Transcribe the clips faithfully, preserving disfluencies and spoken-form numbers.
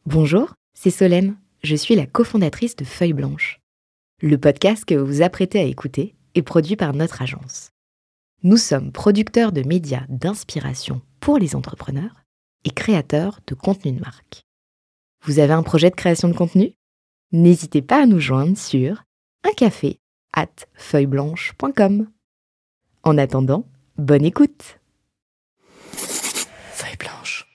Bonjour, c'est Solène. Je suis la cofondatrice de Feuille Blanche. Le podcast que vous vous apprêtez à écouter est produit par notre agence. Nous sommes producteurs de médias d'inspiration pour les entrepreneurs et créateurs de contenu de marque. Vous avez un projet de création de contenu ? N'hésitez pas à nous joindre sur un café arobase feuille blanche point com. En attendant, bonne écoute. Feuille Blanche.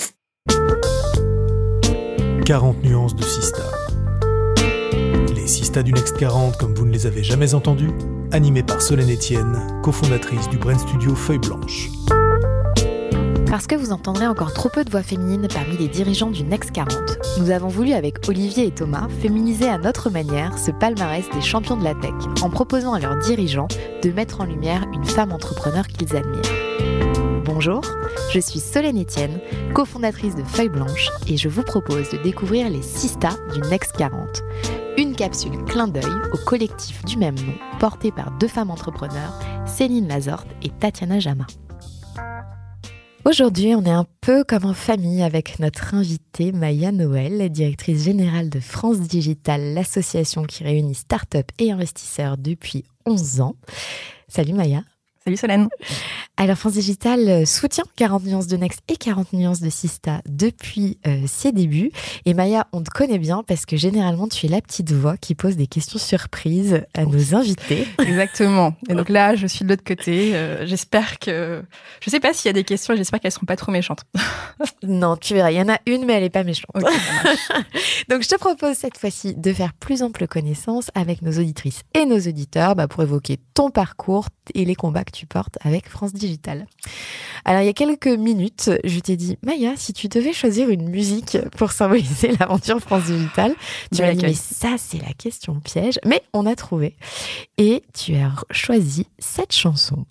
quarante nuances de Sista. Les Sista du Next quarante comme vous ne les avez jamais entendus, animés par Solène Etienne, cofondatrice du brand studio Feuille Blanche. Parce que vous entendrez encore trop peu de voix féminines parmi les dirigeants du Next quarante, nous avons voulu avec Olivier et Thomas féminiser à notre manière ce palmarès des champions de la tech en proposant à leurs dirigeants de mettre en lumière une femme entrepreneur qu'ils admirent. Bonjour, je suis Solène Etienne, cofondatrice de Feuille Blanche et je vous propose de découvrir les Sista du Next quarante. Une capsule clin d'œil au collectif du même nom porté par deux femmes entrepreneurs, Céline Lazorte et Tatiana Jama. Aujourd'hui, on est un peu comme en famille avec notre invitée Maya Noël, directrice générale de France Digital, l'association qui réunit start-up et investisseurs depuis onze ans. Salut Maya. Salut Solène. Alors France Digital soutient quarante nuances de Next et quarante nuances de Sista depuis euh, ses débuts. Et Maya, on te connaît bien parce que généralement tu es la petite voix qui pose des questions surprises à nos invités. Exactement. Et donc là, je suis de l'autre côté. Euh, j'espère que... Je sais pas s'il y a des questions, j'espère qu'elles seront pas trop méchantes. Non, tu verras, il y en a une mais elle est pas méchante. Okay, ça marche. Donc je te propose cette fois-ci de faire plus ample connaissance avec nos auditrices et nos auditeurs bah, pour évoquer ton parcours et les combats que tu portes avec France Digital. Alors, il y a quelques minutes, je t'ai dit, Maya, si tu devais choisir une musique pour symboliser l'aventure France Digital, tu m'as dit, mais ça, c'est la question piège. Mais on a trouvé. Et tu as choisi cette chanson.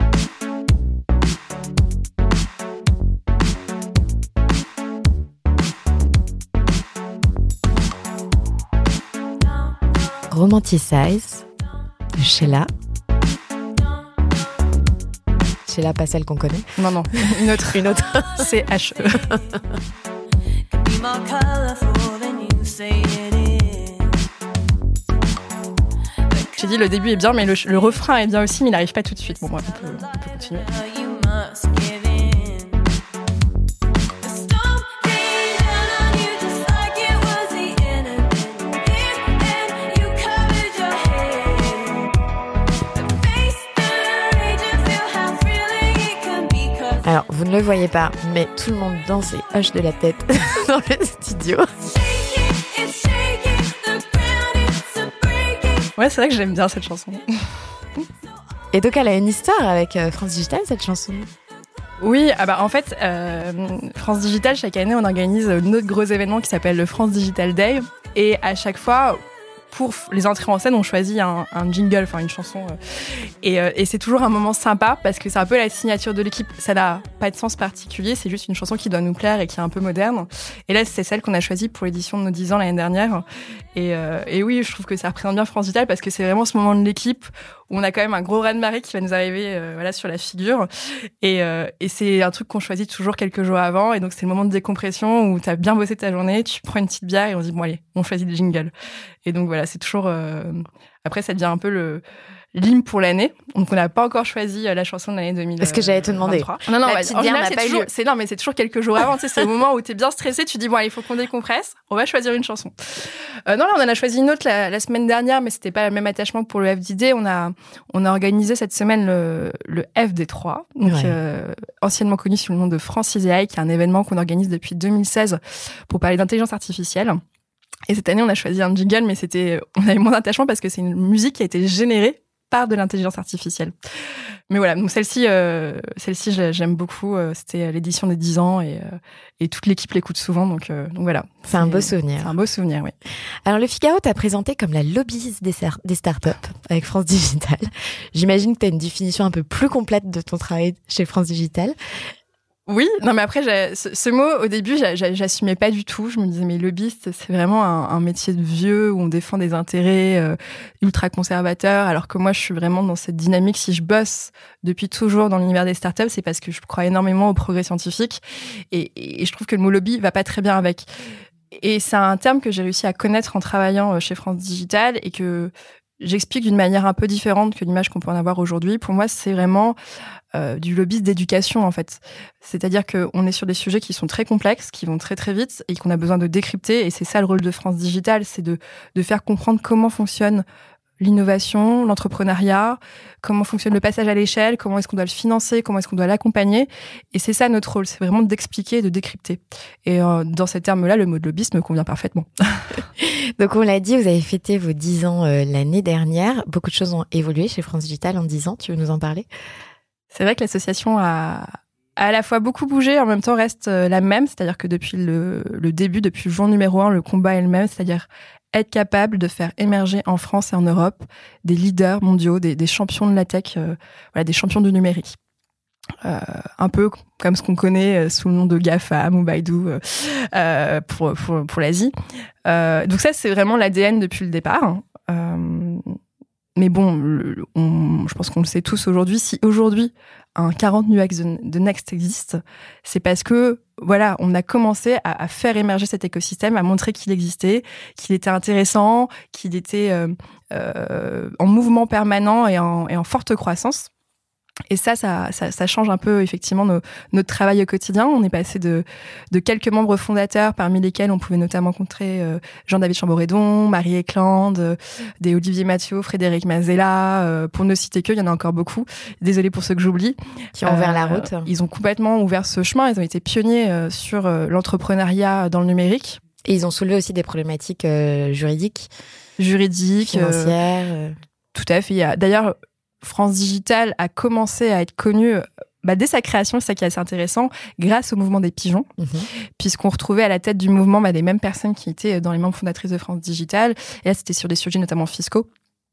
Romanticize de Sheila. Sheila, pas celle qu'on connaît. Non, non, une autre. Une autre. C'est H E. J'ai dit le début est bien, mais le, le refrain est bien aussi, mais il n'arrive pas tout de suite. Bon, bref, on peut, on peut continuer. Alors, vous ne le voyez pas, mais tout le monde danse et hoche de la tête dans le studio. Ouais, c'est vrai que j'aime bien cette chanson. Et donc, elle a une histoire avec France Digital, cette chanson. Oui, ah bah en fait, euh, France Digital, chaque année, on organise notre gros événement qui s'appelle le France Digital Day. Et à chaque fois, pour les entrées en scène, on choisit un, un jingle, enfin une chanson. Euh, et, euh, et c'est toujours un moment sympa parce que c'est un peu la signature de l'équipe. Ça n'a pas de sens particulier, c'est juste une chanson qui doit nous plaire et qui est un peu moderne. Et là, c'est celle qu'on a choisie pour l'édition de nos dix ans l'année dernière. Et, euh, et oui, je trouve que ça représente bien France Digital parce que c'est vraiment ce moment de l'équipe où on a quand même un gros raz-de-marée qui va nous arriver euh, voilà, sur la figure. Et, euh, et c'est un truc qu'on choisit toujours quelques jours avant. Et donc, c'est le moment de décompression où tu as bien bossé ta journée, tu prends une petite bière et on se dit, bon allez, on choisit des jingles. Et donc voilà, c'est toujours... Euh... Après, ça devient un peu le... l'hymne pour l'année. Donc, on n'a pas encore choisi la chanson de l'année deux mille vingt-trois. Est-ce que j'allais te demander? Non, non, la bah, petite en bière général, n'a c'est pas eu toujours, lieu. c'est, non, mais c'est toujours quelques jours avant. Tu sais, c'est au moment où t'es bien stressé, tu dis, bon, allez, il faut qu'on décompresse. On va choisir une chanson. Euh, non, là, on en a choisi une autre la, la semaine dernière, mais c'était pas le même attachement que pour le F D D. On a, on a organisé cette semaine le, le F D trois. Donc, ouais. euh, anciennement connu sous le nom de Francis A I, qui est un événement qu'on organise depuis deux mille seize pour parler d'intelligence artificielle. Et cette année, on a choisi un jingle, mais c'était, on avait moins d'attachement parce que c'est une musique qui a été générée par de l'intelligence artificielle. Mais voilà, donc celle-ci, euh, celle-ci, j'aime beaucoup. Euh, c'était l'édition des dix ans et, euh, et toute l'équipe l'écoute souvent. Donc, euh, donc voilà. C'est, c'est un beau souvenir. C'est un beau souvenir, oui. Alors, le Figaro t'a présenté comme la lobbyiste des, des startups avec France Digital. J'imagine que tu as une définition un peu plus complète de ton travail chez France Digital. Oui, non mais après, j'ai, ce, ce mot, au début, j'ai, j'ai, j'assumais pas du tout. Je me disais, mais lobbyiste, c'est vraiment un, un métier de vieux où on défend des intérêts euh, ultra conservateurs, alors que moi, je suis vraiment dans cette dynamique. Si je bosse depuis toujours dans l'univers des startups, c'est parce que je crois énormément au progrès scientifique et, et je trouve que le mot lobby va pas très bien avec. et c'est un terme que j'ai réussi à connaître en travaillant chez France Digital et que j'explique d'une manière un peu différente que l'image qu'on peut en avoir aujourd'hui. Pour moi, c'est vraiment euh, du lobbyisme d'éducation, en fait. C'est-à-dire qu'on est sur des sujets qui sont très complexes, qui vont très très vite et qu'on a besoin de décrypter. Et c'est ça le rôle de France Digital, c'est de, de faire comprendre comment fonctionne l'innovation, l'entrepreneuriat, comment fonctionne le passage à l'échelle, comment est-ce qu'on doit le financer, comment est-ce qu'on doit l'accompagner. Et c'est ça notre rôle, c'est vraiment d'expliquer et de décrypter. Et euh, dans ces termes-là, le mot de lobbyisme me convient parfaitement. Donc on l'a dit, vous avez fêté vos dix ans euh, l'année dernière. Beaucoup de choses ont évolué chez France Digital en dix ans. Tu veux nous en parler ? C'est vrai que l'association a à la fois beaucoup bougé, en même temps reste la même. C'est-à-dire que depuis le, le début, depuis le jour numéro un, le combat est le même. C'est-à-dire être capable de faire émerger en France et en Europe des leaders mondiaux, des, des champions de la tech, euh, voilà, des champions du numérique. Euh, un peu comme ce qu'on connaît sous le nom de GAFAM ou Baidu euh, pour, pour, pour l'Asie. Euh, donc ça, c'est vraiment l'A D N depuis le départ. Euh, mais bon, le, on, je pense qu'on le sait tous aujourd'hui. Si aujourd'hui, un quarante New X de, de Next existe, c'est parce que voilà, on a commencé à, à faire émerger cet écosystème, à montrer qu'il existait, qu'il était intéressant, qu'il était euh, euh, en mouvement permanent et en, et en forte croissance. Et ça, ça, ça, ça change un peu effectivement nos, notre travail au quotidien. On est passé de, de quelques membres fondateurs, parmi lesquels on pouvait notamment rencontrer euh, Jean-David Chamboredon, Marie Eklund, euh, des Olivier Mathieu, Frédéric Mazella, euh, pour ne citer que, il y en a encore beaucoup. Désolée pour ceux que j'oublie. Qui ont ouvert euh, la route. Ils ont complètement ouvert ce chemin. Ils ont été pionniers euh, sur euh, l'entrepreneuriat dans le numérique. Et ils ont soulevé aussi des problématiques euh, juridiques, juridiques, financières. Euh... Tout à fait. Il y a, d'ailleurs, France Digital a commencé à être connue bah, dès sa création, c'est ça qui est assez intéressant, grâce au mouvement des pigeons, mmh. puisqu'on retrouvait à la tête du mouvement bah, des mêmes personnes qui étaient dans les membres fondatrices de France Digital. Et là, c'était sur des sujets notamment fiscaux.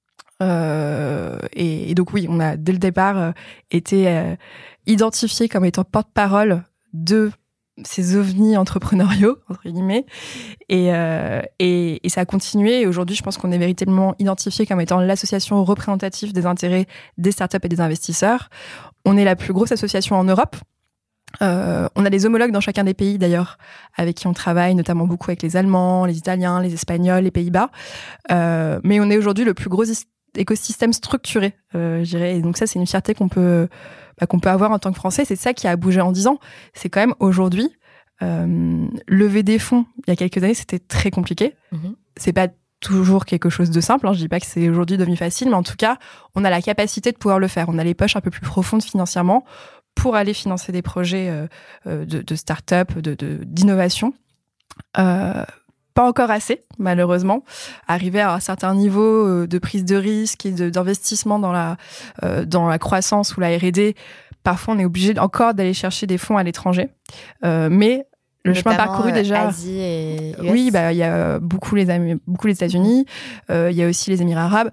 Euh, et, et donc oui, on a dès le départ euh, été euh, identifiés comme étant porte-parole de ces ovnis entrepreneuriaux, entre guillemets, et, euh, et, et ça a continué. Et aujourd'hui, je pense qu'on est véritablement identifié comme étant l'association représentative des intérêts des startups et des investisseurs. On est la plus grosse association en Europe. Euh, on a des homologues dans chacun des pays, d'ailleurs, avec qui on travaille, notamment beaucoup avec les Allemands, les Italiens, les Espagnols, les Pays-Bas. Euh, mais on est aujourd'hui le plus gros écosystème structuré, euh, je dirais. Et donc ça, c'est une fierté qu'on peut... qu'on peut avoir en tant que Français. C'est ça qui a bougé en dix ans. C'est quand même aujourd'hui, euh, lever des fonds, il y a quelques années, c'était très compliqué. Mmh. C'est pas toujours quelque chose de simple. Hein. Je dis pas que c'est aujourd'hui devenu facile, mais en tout cas, on a la capacité de pouvoir le faire. On a les poches un peu plus profondes financièrement pour aller financer des projets euh, de, de start-up, de, de, d'innovation. Euh, Pas encore assez, malheureusement. Arriver à un certain niveau de prise de risque et de, d'investissement dans la, euh, dans la croissance ou la R et D, parfois on est obligé encore d'aller chercher des fonds à l'étranger. Euh, mais le notamment chemin parcouru déjà... Asie et U S. Oui, bah, y a beaucoup les, beaucoup les États-Unis, il euh, y a aussi les Émirats arabes.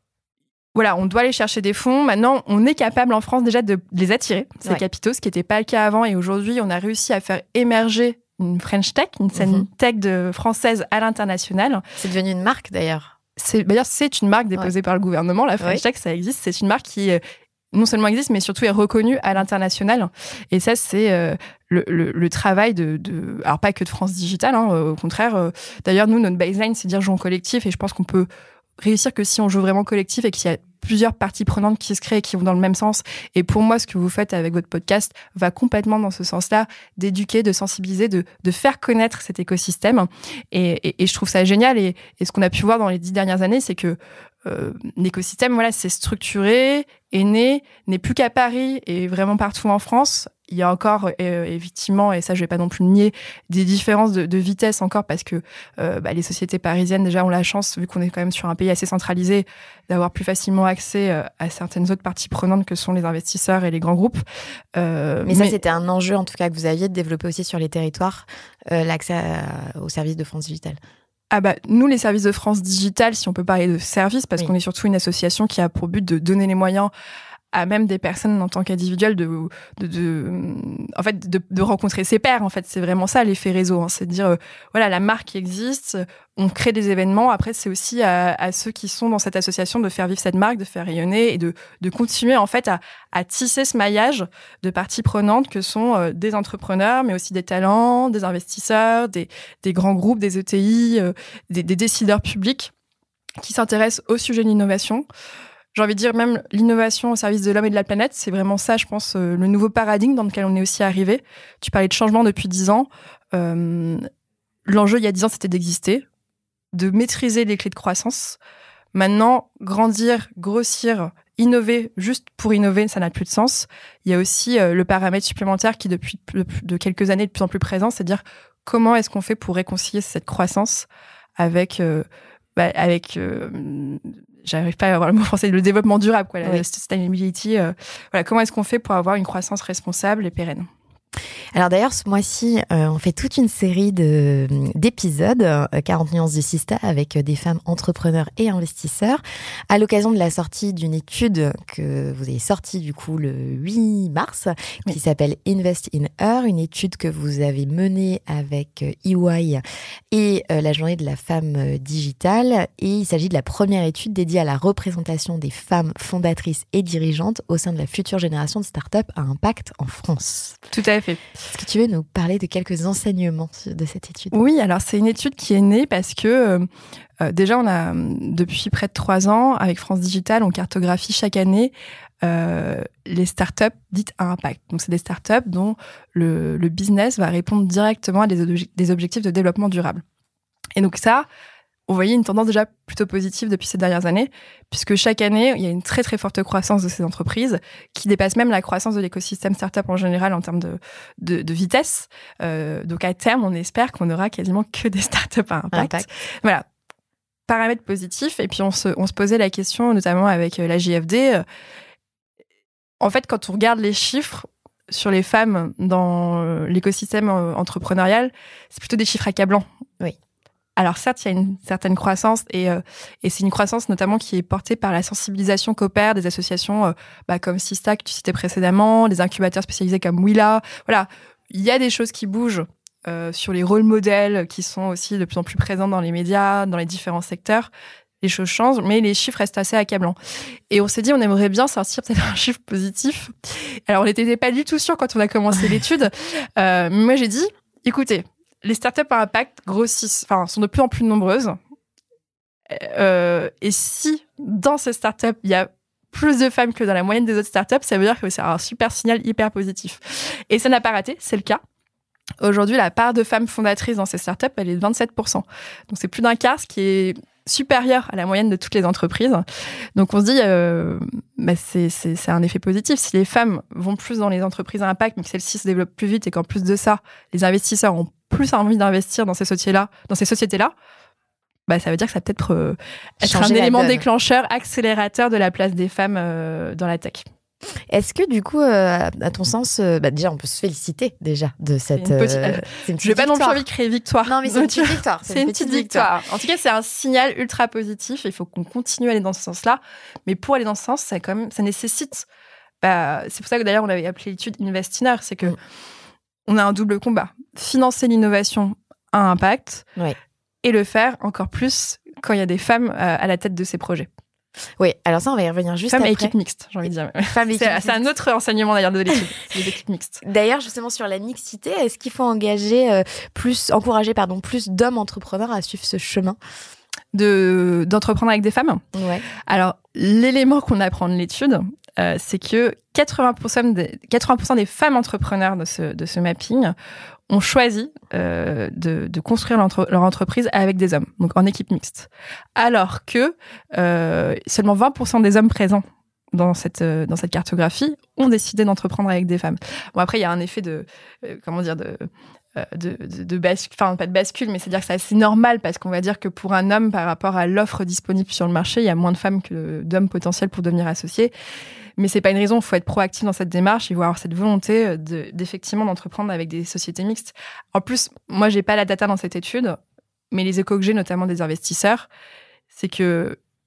Voilà, on doit aller chercher des fonds. Maintenant, on est capable en France déjà de les attirer, ces ouais. capitaux, ce qui n'était pas le cas avant. Et aujourd'hui, on a réussi à faire émerger une French Tech, une scène mmh. tech de française à l'international. C'est devenu une marque d'ailleurs. C'est, d'ailleurs, c'est une marque déposée ouais. par le gouvernement. La French ouais. Tech, ça existe. C'est une marque qui euh, non seulement existe, mais surtout est reconnue à l'international. Et ça, c'est euh, le, le, le travail de, de... Alors, pas que de France Digital, hein, au contraire. Euh, d'ailleurs, nous, notre baseline, c'est dire jouons collectif. Et je pense qu'on peut réussir que si on joue vraiment collectif et qu'il y a plusieurs parties prenantes qui se créent et qui vont dans le même sens. Et pour moi, ce que vous faites avec votre podcast va complètement dans ce sens-là, d'éduquer, de sensibiliser, de, de faire connaître cet écosystème. Et, et, et je trouve ça génial. Et, et ce qu'on a pu voir dans les dix dernières années, c'est que euh, l'écosystème, voilà, c'est structuré, est né, n'est plus qu'à Paris et vraiment partout en France. Il y a encore, euh, effectivement, et ça, je vais pas non plus nier, des différences de, de vitesse encore parce que euh, bah, les sociétés parisiennes, déjà, ont la chance, vu qu'on est quand même sur un pays assez centralisé, d'avoir plus facilement accès euh, à certaines autres parties prenantes que sont les investisseurs et les grands groupes. Euh, mais ça, mais... c'était un enjeu, en tout cas, que vous aviez de développer aussi sur les territoires, euh, l'accès à, aux services de France Digital. Ah bah, nous, les services de France Digital, si on peut parler de services, parce oui. qu'on est surtout une association qui a pour but de donner les moyens à même des personnes en tant qu'individuels de, de, de, en fait, de, de rencontrer ses pairs. En fait, c'est vraiment ça l'effet réseau. Hein. C'est de dire, euh, voilà, la marque qui existe, on crée des événements. Après, c'est aussi à, à ceux qui sont dans cette association de faire vivre cette marque, de faire rayonner et de, de continuer en fait à, à tisser ce maillage de parties prenantes que sont euh, des entrepreneurs, mais aussi des talents, des investisseurs, des, des grands groupes, des E T I, euh, des, des décideurs publics qui s'intéressent au sujet de l'innovation. J'ai envie de dire même l'innovation au service de l'homme et de la planète, c'est vraiment ça, je pense, euh, le nouveau paradigme dans lequel on est aussi arrivé. Tu parlais de changement depuis dix ans. Euh, l'enjeu, il y a dix ans, c'était d'exister, de maîtriser les clés de croissance. Maintenant, grandir, grossir, innover juste pour innover, ça n'a plus de sens. Il y a aussi euh, le paramètre supplémentaire qui, depuis de, de quelques années, est de plus en plus présent, c'est de dire comment est-ce qu'on fait pour réconcilier cette croissance avec... Euh, bah, avec euh, j'arrive pas à avoir le mot français, le développement durable, quoi, la oui. sustainability. Euh, voilà, comment est-ce qu'on fait pour avoir une croissance responsable et pérenne? Alors d'ailleurs, ce mois-ci, euh, on fait toute une série de, d'épisodes, euh, quarante nuances de Sista, avec des femmes entrepreneurs et investisseurs, à l'occasion de la sortie d'une étude que vous avez sortie du coup le huit mars, qui oui. s'appelle Invest in Her, une étude que vous avez menée avec E Y et euh, la Journée de la femme digitale. Et il s'agit de la première étude dédiée à la représentation des femmes fondatrices et dirigeantes au sein de la future génération de start-up à impact en France. Tout à fait. Est-ce que tu veux nous parler de quelques enseignements de cette étude? Oui, alors c'est une étude qui est née parce que euh, déjà on a depuis près de trois ans avec France Digital, on cartographie chaque année euh, les startups dites à impact. Donc c'est des startups dont le, le business va répondre directement à des, obje- des objectifs de développement durable. Et donc ça, on voyait une tendance déjà plutôt positive depuis ces dernières années, puisque chaque année, il y a une très très forte croissance de ces entreprises qui dépasse même la croissance de l'écosystème startup en général en termes de, de, de vitesse. Euh, donc à terme, on espère qu'on aura quasiment que des startups à impact. impact. Voilà, paramètre positif. Et puis on se, on se posait la question, notamment avec la J F D. Euh, en fait, quand on regarde les chiffres sur les femmes dans l'écosystème entrepreneurial, c'est plutôt des chiffres accablants. Oui. Alors certes, il y a une certaine croissance et, euh, et c'est une croissance notamment qui est portée par la sensibilisation qu'opèrent des associations euh, bah, comme Sista que tu citais précédemment, des incubateurs spécialisés comme Willa. Voilà, il y a des choses qui bougent euh, sur les rôles modèles qui sont aussi de plus en plus présents dans les médias, dans les différents secteurs. Les choses changent, mais les chiffres restent assez accablants. Et on s'est dit, on aimerait bien sortir peut-être un chiffre positif. Alors on n'était pas du tout sûr quand on a commencé l'étude. Euh, mais moi j'ai dit, écoutez, les startups à impact grossissent, enfin, sont de plus en plus nombreuses. Euh, et si, dans ces startups, il y a plus de femmes que dans la moyenne des autres startups, ça veut dire que c'est un super signal hyper positif. Et ça n'a pas raté, c'est le cas. Aujourd'hui, la part de femmes fondatrices dans ces startups, elle est de vingt-sept pour cent. Donc, c'est plus d'un quart, ce qui est supérieur à la moyenne de toutes les entreprises. Donc, on se dit, euh, bah c'est, c'est, c'est un effet positif. Si les femmes vont plus dans les entreprises à impact, mais que celles-ci se développent plus vite et qu'en plus de ça, les investisseurs ont plus envie d'investir dans ces sociétés-là, dans ces sociétés-là, bah, ça veut dire que ça va peut-être euh, être un élément déclencheur, accélérateur de la place des femmes euh, dans la tech. Est-ce que du coup, euh, à ton sens, euh, bah déjà on peut se féliciter déjà de cette. C'est une petite, euh, c'est une petite je n'ai pas non plus envie de créer victoire. Non, mais c'est une petite victoire. C'est, c'est une, une petite, petite victoire. victoire. En tout cas, c'est un signal ultra positif. Il faut qu'on continue à aller dans ce sens-là. Mais pour aller dans ce sens, ça quand même, ça nécessite. Bah, c'est pour ça que d'ailleurs on avait appelé l'étude Invest in Her, c'est que mm. on a un double combat: financer l'innovation à impact, ouais. et le faire encore plus quand il y a des femmes euh, à la tête de ces projets. Oui, alors ça, on va y revenir juste Femme après. Femme et équipe mixte, j'ai envie de dire. Femme et équipe c'est, c'est un autre enseignement d'ailleurs de l'équipe, les équipes mixtes. D'ailleurs, justement, sur la mixité, est-ce qu'il faut engager euh, plus, encourager pardon, plus d'hommes entrepreneurs à suivre ce chemin de, d'entreprendre avec des femmes? Ouais. Alors, l'élément qu'on apprend de l'étude, euh, c'est que quatre-vingts pour cent des, quatre-vingts pour cent des femmes entrepreneurs de ce, de ce mapping ont choisi euh, de, de construire leur entreprise avec des hommes, donc en équipe mixte. Alors que euh, seulement vingt pour cent des hommes présents dans cette, euh, dans cette cartographie ont décidé d'entreprendre avec des femmes. Bon, après, il y a un effet de... Euh, comment dire de, euh, de, de, de bascule, enfin, pas de bascule, mais c'est-à-dire que c'est assez normal parce qu'on va dire que pour un homme, par rapport à l'offre disponible sur le marché, il y a moins de femmes que d'hommes potentiels pour devenir associés. Mais c'est pas une raison, il faut être proactif dans cette démarche, il faut avoir cette volonté de, d'effectivement d'entreprendre avec des sociétés mixtes. En plus, moi, j'ai pas la data dans cette étude, mais les échos que j'ai, notamment des investisseurs, c'est que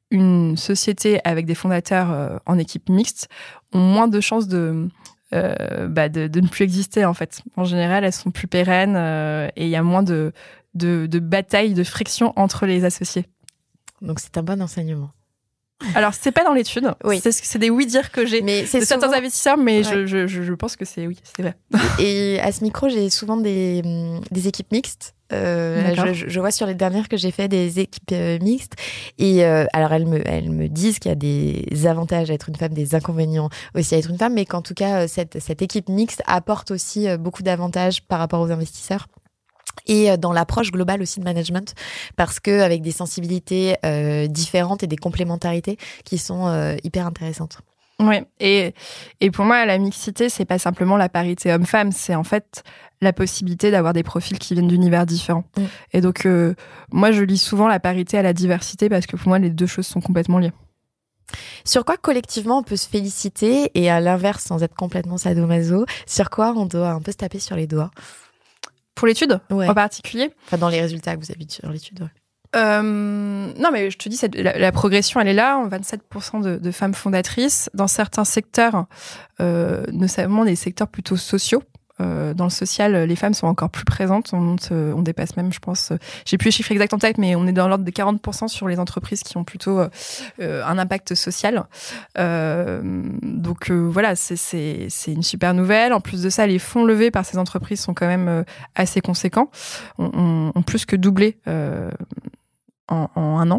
une société avec des fondateurs euh, en équipe mixte ont moins de chances de, euh, bah de, de ne plus exister, en fait. En général, elles sont plus pérennes euh, et il y a moins de, de, de batailles, de frictions entre les associés. Donc, c'est un bon enseignement. Alors, c'est pas dans l'étude. Oui. C'est, c'est des oui-dire que j'ai mais c'est de souvent... certains investisseurs, mais ouais. je, je, je pense que c'est oui, c'est vrai. Et à ce micro, j'ai souvent des, des équipes mixtes. Euh, je, je vois sur les dernières que j'ai fait des équipes euh, mixtes. Et euh, alors, elles me, elles me disent qu'il y a des avantages à être une femme, des inconvénients aussi à être une femme, mais qu'en tout cas, cette, cette équipe mixte apporte aussi beaucoup d'avantages par rapport aux investisseurs. Et dans l'approche globale aussi de management, parce que avec des sensibilités euh, différentes et des complémentarités qui sont euh, hyper intéressantes. Oui, et et pour moi la mixité c'est pas simplement la parité homme-femme, c'est en fait la possibilité d'avoir des profils qui viennent d'univers différents. Mm. Et donc euh, moi je lis souvent la parité à la diversité parce que pour moi les deux choses sont complètement liées. Sur quoi collectivement on peut se féliciter et à l'inverse sans être complètement sadomaso, sur quoi on doit un peu se taper sur les doigts? Pour l'étude, ouais. En particulier. Enfin, dans les résultats que vous avez sur l'étude, ouais. Euh, non, mais je te dis, cette, la, la progression, elle est là. vingt-sept pour cent de, de femmes fondatrices. Dans certains secteurs, euh, notamment des secteurs plutôt sociaux. Euh, dans le social, les femmes sont encore plus présentes. On, monte, on dépasse même, je pense, euh, j'ai plus les chiffres exacts en tête, mais on est dans l'ordre de quarante pour cent sur les entreprises qui ont plutôt euh, un impact social. Euh, donc euh, voilà, c'est, c'est, c'est une super nouvelle. En plus de ça, les fonds levés par ces entreprises sont quand même euh, assez conséquents. On, on, on plus que doublé euh, en, en un an.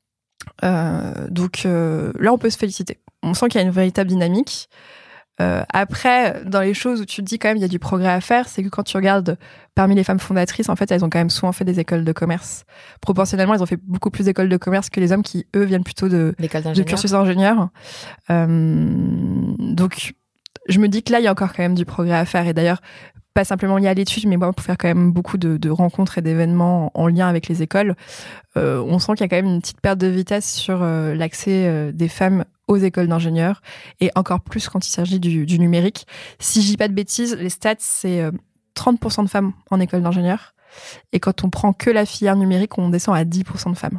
Euh, donc euh, là, on peut se féliciter. On sent qu'il y a une véritable dynamique. Euh, après, dans les choses où tu te dis quand même il y a du progrès à faire, c'est que quand tu regardes parmi les femmes fondatrices, en fait, elles ont quand même souvent fait des écoles de commerce. Proportionnellement, elles ont fait beaucoup plus d'écoles de commerce que les hommes qui, eux, viennent plutôt de, de cursus d'ingénieur. Euh, donc, je me dis que là, il y a encore quand même du progrès à faire. Et d'ailleurs, pas simplement lié à l'étude, mais moi, pour faire quand même beaucoup de, de rencontres et d'événements en, en lien avec les écoles, euh, on sent qu'il y a quand même une petite perte de vitesse sur euh, l'accès euh, des femmes aux écoles d'ingénieurs, et encore plus quand il s'agit du, du numérique. Si je dis pas de bêtises, les stats, c'est euh, trente pour cent de femmes en école d'ingénieurs, et quand on prend que la filière numérique, on descend à dix pour cent de femmes.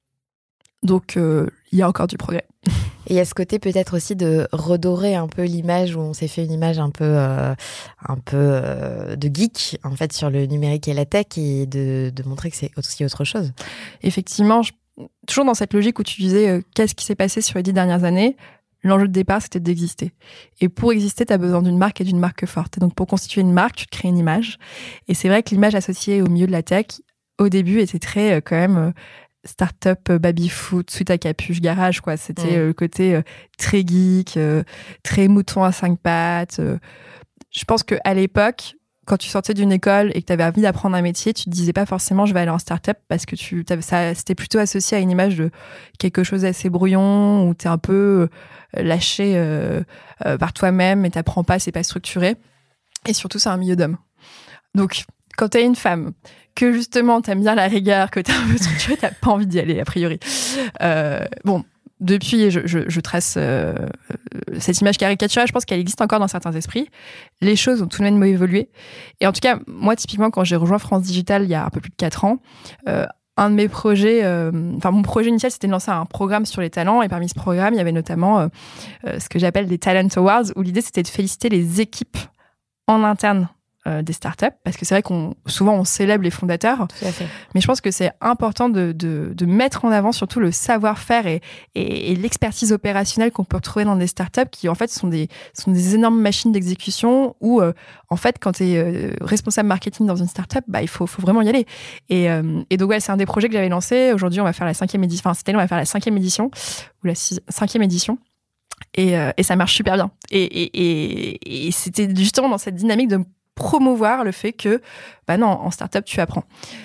Donc, euh, il y a encore du progrès. Et il y a ce côté peut-être aussi de redorer un peu l'image, où on s'est fait une image un peu, euh, un peu euh, de geek, en fait, sur le numérique et la tech, et de, de montrer que c'est aussi autre chose. Effectivement, je toujours dans cette logique où tu disais euh, qu'est-ce qui s'est passé sur les dix dernières années, l'enjeu de départ, c'était d'exister. Et pour exister, tu as besoin d'une marque et d'une marque forte. Et donc, pour constituer une marque, tu te crées une image. Et c'est vrai que l'image associée au milieu de la tech, au début, était très, euh, quand même, euh, start-up, euh, baby-foot, suite à capuche, garage, quoi. C'était mmh. euh, le côté euh, très geek, euh, très mouton à cinq pattes. Euh. Je pense qu'à l'époque, quand tu sortais d'une école et que tu avais envie d'apprendre un métier, tu te disais pas forcément je vais aller en start-up parce que tu ça c'était plutôt associé à une image de quelque chose d'assez brouillon où tu es un peu lâché euh, euh, par toi-même et t'apprends pas, c'est pas structuré. Et surtout, c'est un milieu d'hommes. Donc, quand t'es une femme, que justement t'aimes bien la rigueur, que t'es un peu structuré, t'as pas envie d'y aller, a priori. Euh, bon, depuis, je, je, je trace euh, cette image caricaturale, je pense qu'elle existe encore dans certains esprits. Les choses ont tout de même évolué. Et en tout cas, moi, typiquement, quand j'ai rejoint France Digital il y a un peu plus de quatre ans, euh, un de mes projets, euh, enfin mon projet initial, c'était de lancer un programme sur les talents. Et parmi ce programme, il y avait notamment euh, euh, ce que j'appelle des Talent Awards, où l'idée, c'était de féliciter les équipes en interne euh, des startups, parce que c'est vrai qu'on souvent on célèbre les fondateurs, tout à fait. Mais je pense que c'est important de, de, de mettre en avant surtout le savoir-faire et, et, et l'expertise opérationnelle qu'on peut retrouver dans des startups qui en fait sont des, sont des énormes machines d'exécution où euh, en fait quand tu es euh, responsable marketing dans une startup, bah, il faut, faut vraiment y aller. Et, euh, et donc ouais, c'est un des projets que j'avais lancé. Aujourd'hui, on va faire la cinquième édition, enfin cette année, on va faire la cinquième édition ou la six, cinquième édition. Et, euh, et ça marche super bien. Et, et, et, et c'était justement dans cette dynamique de promouvoir le fait que, bah non, en start-up, tu apprends.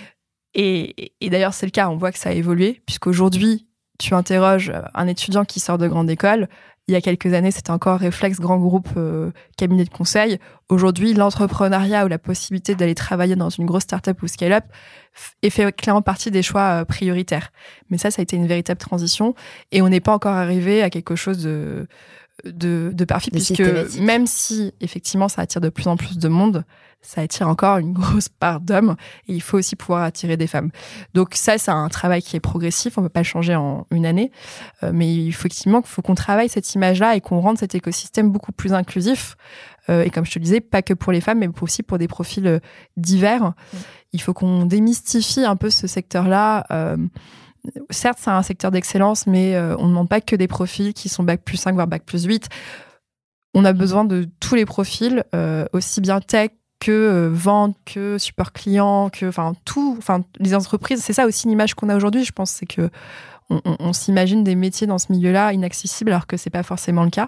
Et, et d'ailleurs, c'est le cas, on voit que ça a évolué, puisqu'aujourd'hui, tu interroges un étudiant qui sort de grande école. Il y a quelques années, c'était encore réflexe grand groupe, euh, cabinet de conseil. Aujourd'hui, l'entrepreneuriat ou la possibilité d'aller travailler dans une grosse start-up ou scale-up est fait clairement partie des choix euh, prioritaires. Mais ça, ça a été une véritable transition et on n'est pas encore arrivé à quelque chose de, de, de parfait, puisque même si, effectivement, ça attire de plus en plus de monde, ça attire encore une grosse part d'hommes et il faut aussi pouvoir attirer des femmes. Donc ça, c'est un travail qui est progressif, on ne peut pas le changer en une année, euh, mais il faut effectivement qu'il faut qu'on travaille cette image-là et qu'on rende cet écosystème beaucoup plus inclusif. Euh, et comme je te le disais, pas que pour les femmes, mais aussi pour des profils euh, divers. Mmh. Il faut qu'on démystifie un peu ce secteur-là. Euh, certes, c'est un secteur d'excellence, mais euh, on ne demande pas que des profils qui sont bac plus cinq, voire bac plus huit. On a besoin de tous les profils, euh, aussi bien tech que euh, vente, que support client, que enfin tout, enfin les entreprises. C'est ça aussi l'image qu'on a aujourd'hui, je pense, c'est que on, on, on s'imagine des métiers dans ce milieu-là inaccessibles, alors que c'est pas forcément le cas.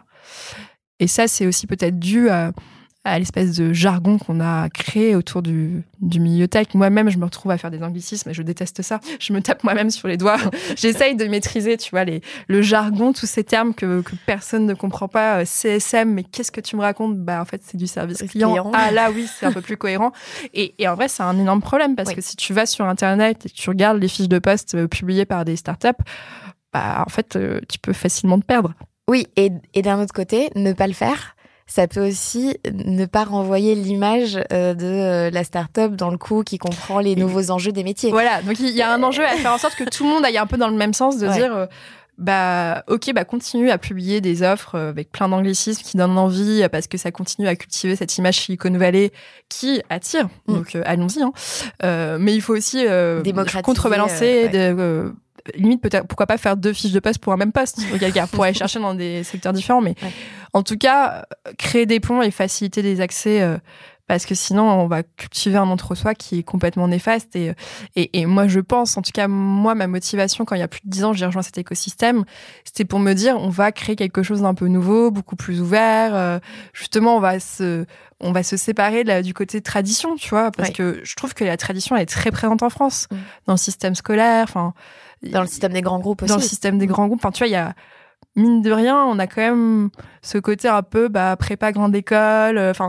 Et ça, c'est aussi peut-être dû à, à l'espèce de jargon qu'on a créé autour du, du milieu tech. Moi-même, je me retrouve à faire des anglicismes et je déteste ça. Je me tape moi-même sur les doigts. J'essaye de maîtriser, tu vois, les, le jargon, tous ces termes que, que personne ne comprend pas. C S M, mais qu'est-ce que tu me racontes ? Bah, en fait, c'est du service client. client. Ah là, oui, c'est un peu plus cohérent. Et, et en vrai, c'est un énorme problème parce oui. que si tu vas sur Internet et que tu regardes les fiches de poste euh, publiées par des startups, bah, en fait, euh, tu peux facilement te perdre. Oui, et, et d'un autre côté, ne pas le faire, ça peut aussi ne pas renvoyer l'image euh, de euh, la start-up dans le coup qui comprend les nouveaux enjeux des métiers. Voilà, donc il y a un enjeu à faire en sorte que tout le monde aille un peu dans le même sens, de ouais. dire, euh, bah ok, bah continue à publier des offres avec plein d'anglicismes qui donnent envie parce que ça continue à cultiver cette image Silicon Valley qui attire. Mm. Donc euh, allons-y. Hein. Euh, mais il faut aussi euh, contrebalancer. Euh, ouais. de, euh, limite, peut-être, pourquoi pas faire deux fiches de poste pour un même poste auquel cas, pour aller chercher dans des secteurs différents. Mais ouais. en tout cas, créer des ponts et faciliter les accès, euh, parce que sinon, on va cultiver un entre-soi qui est complètement néfaste. Et, et, et moi, je pense, en tout cas, moi, ma motivation, quand il y a plus de dix ans, j'ai rejoint cet écosystème, c'était pour me dire, on va créer quelque chose d'un peu nouveau, beaucoup plus ouvert. Euh, justement, on va se... on va se séparer de la, du côté tradition, tu vois, parce ouais. que je trouve que la tradition, elle est très présente en France, mmh. dans le système scolaire, enfin... Dans le système des grands groupes aussi. Dans le système des grands groupes. Enfin, tu vois, il y a, mine de rien, on a quand même ce côté un peu, bah, prépa grande école. Enfin,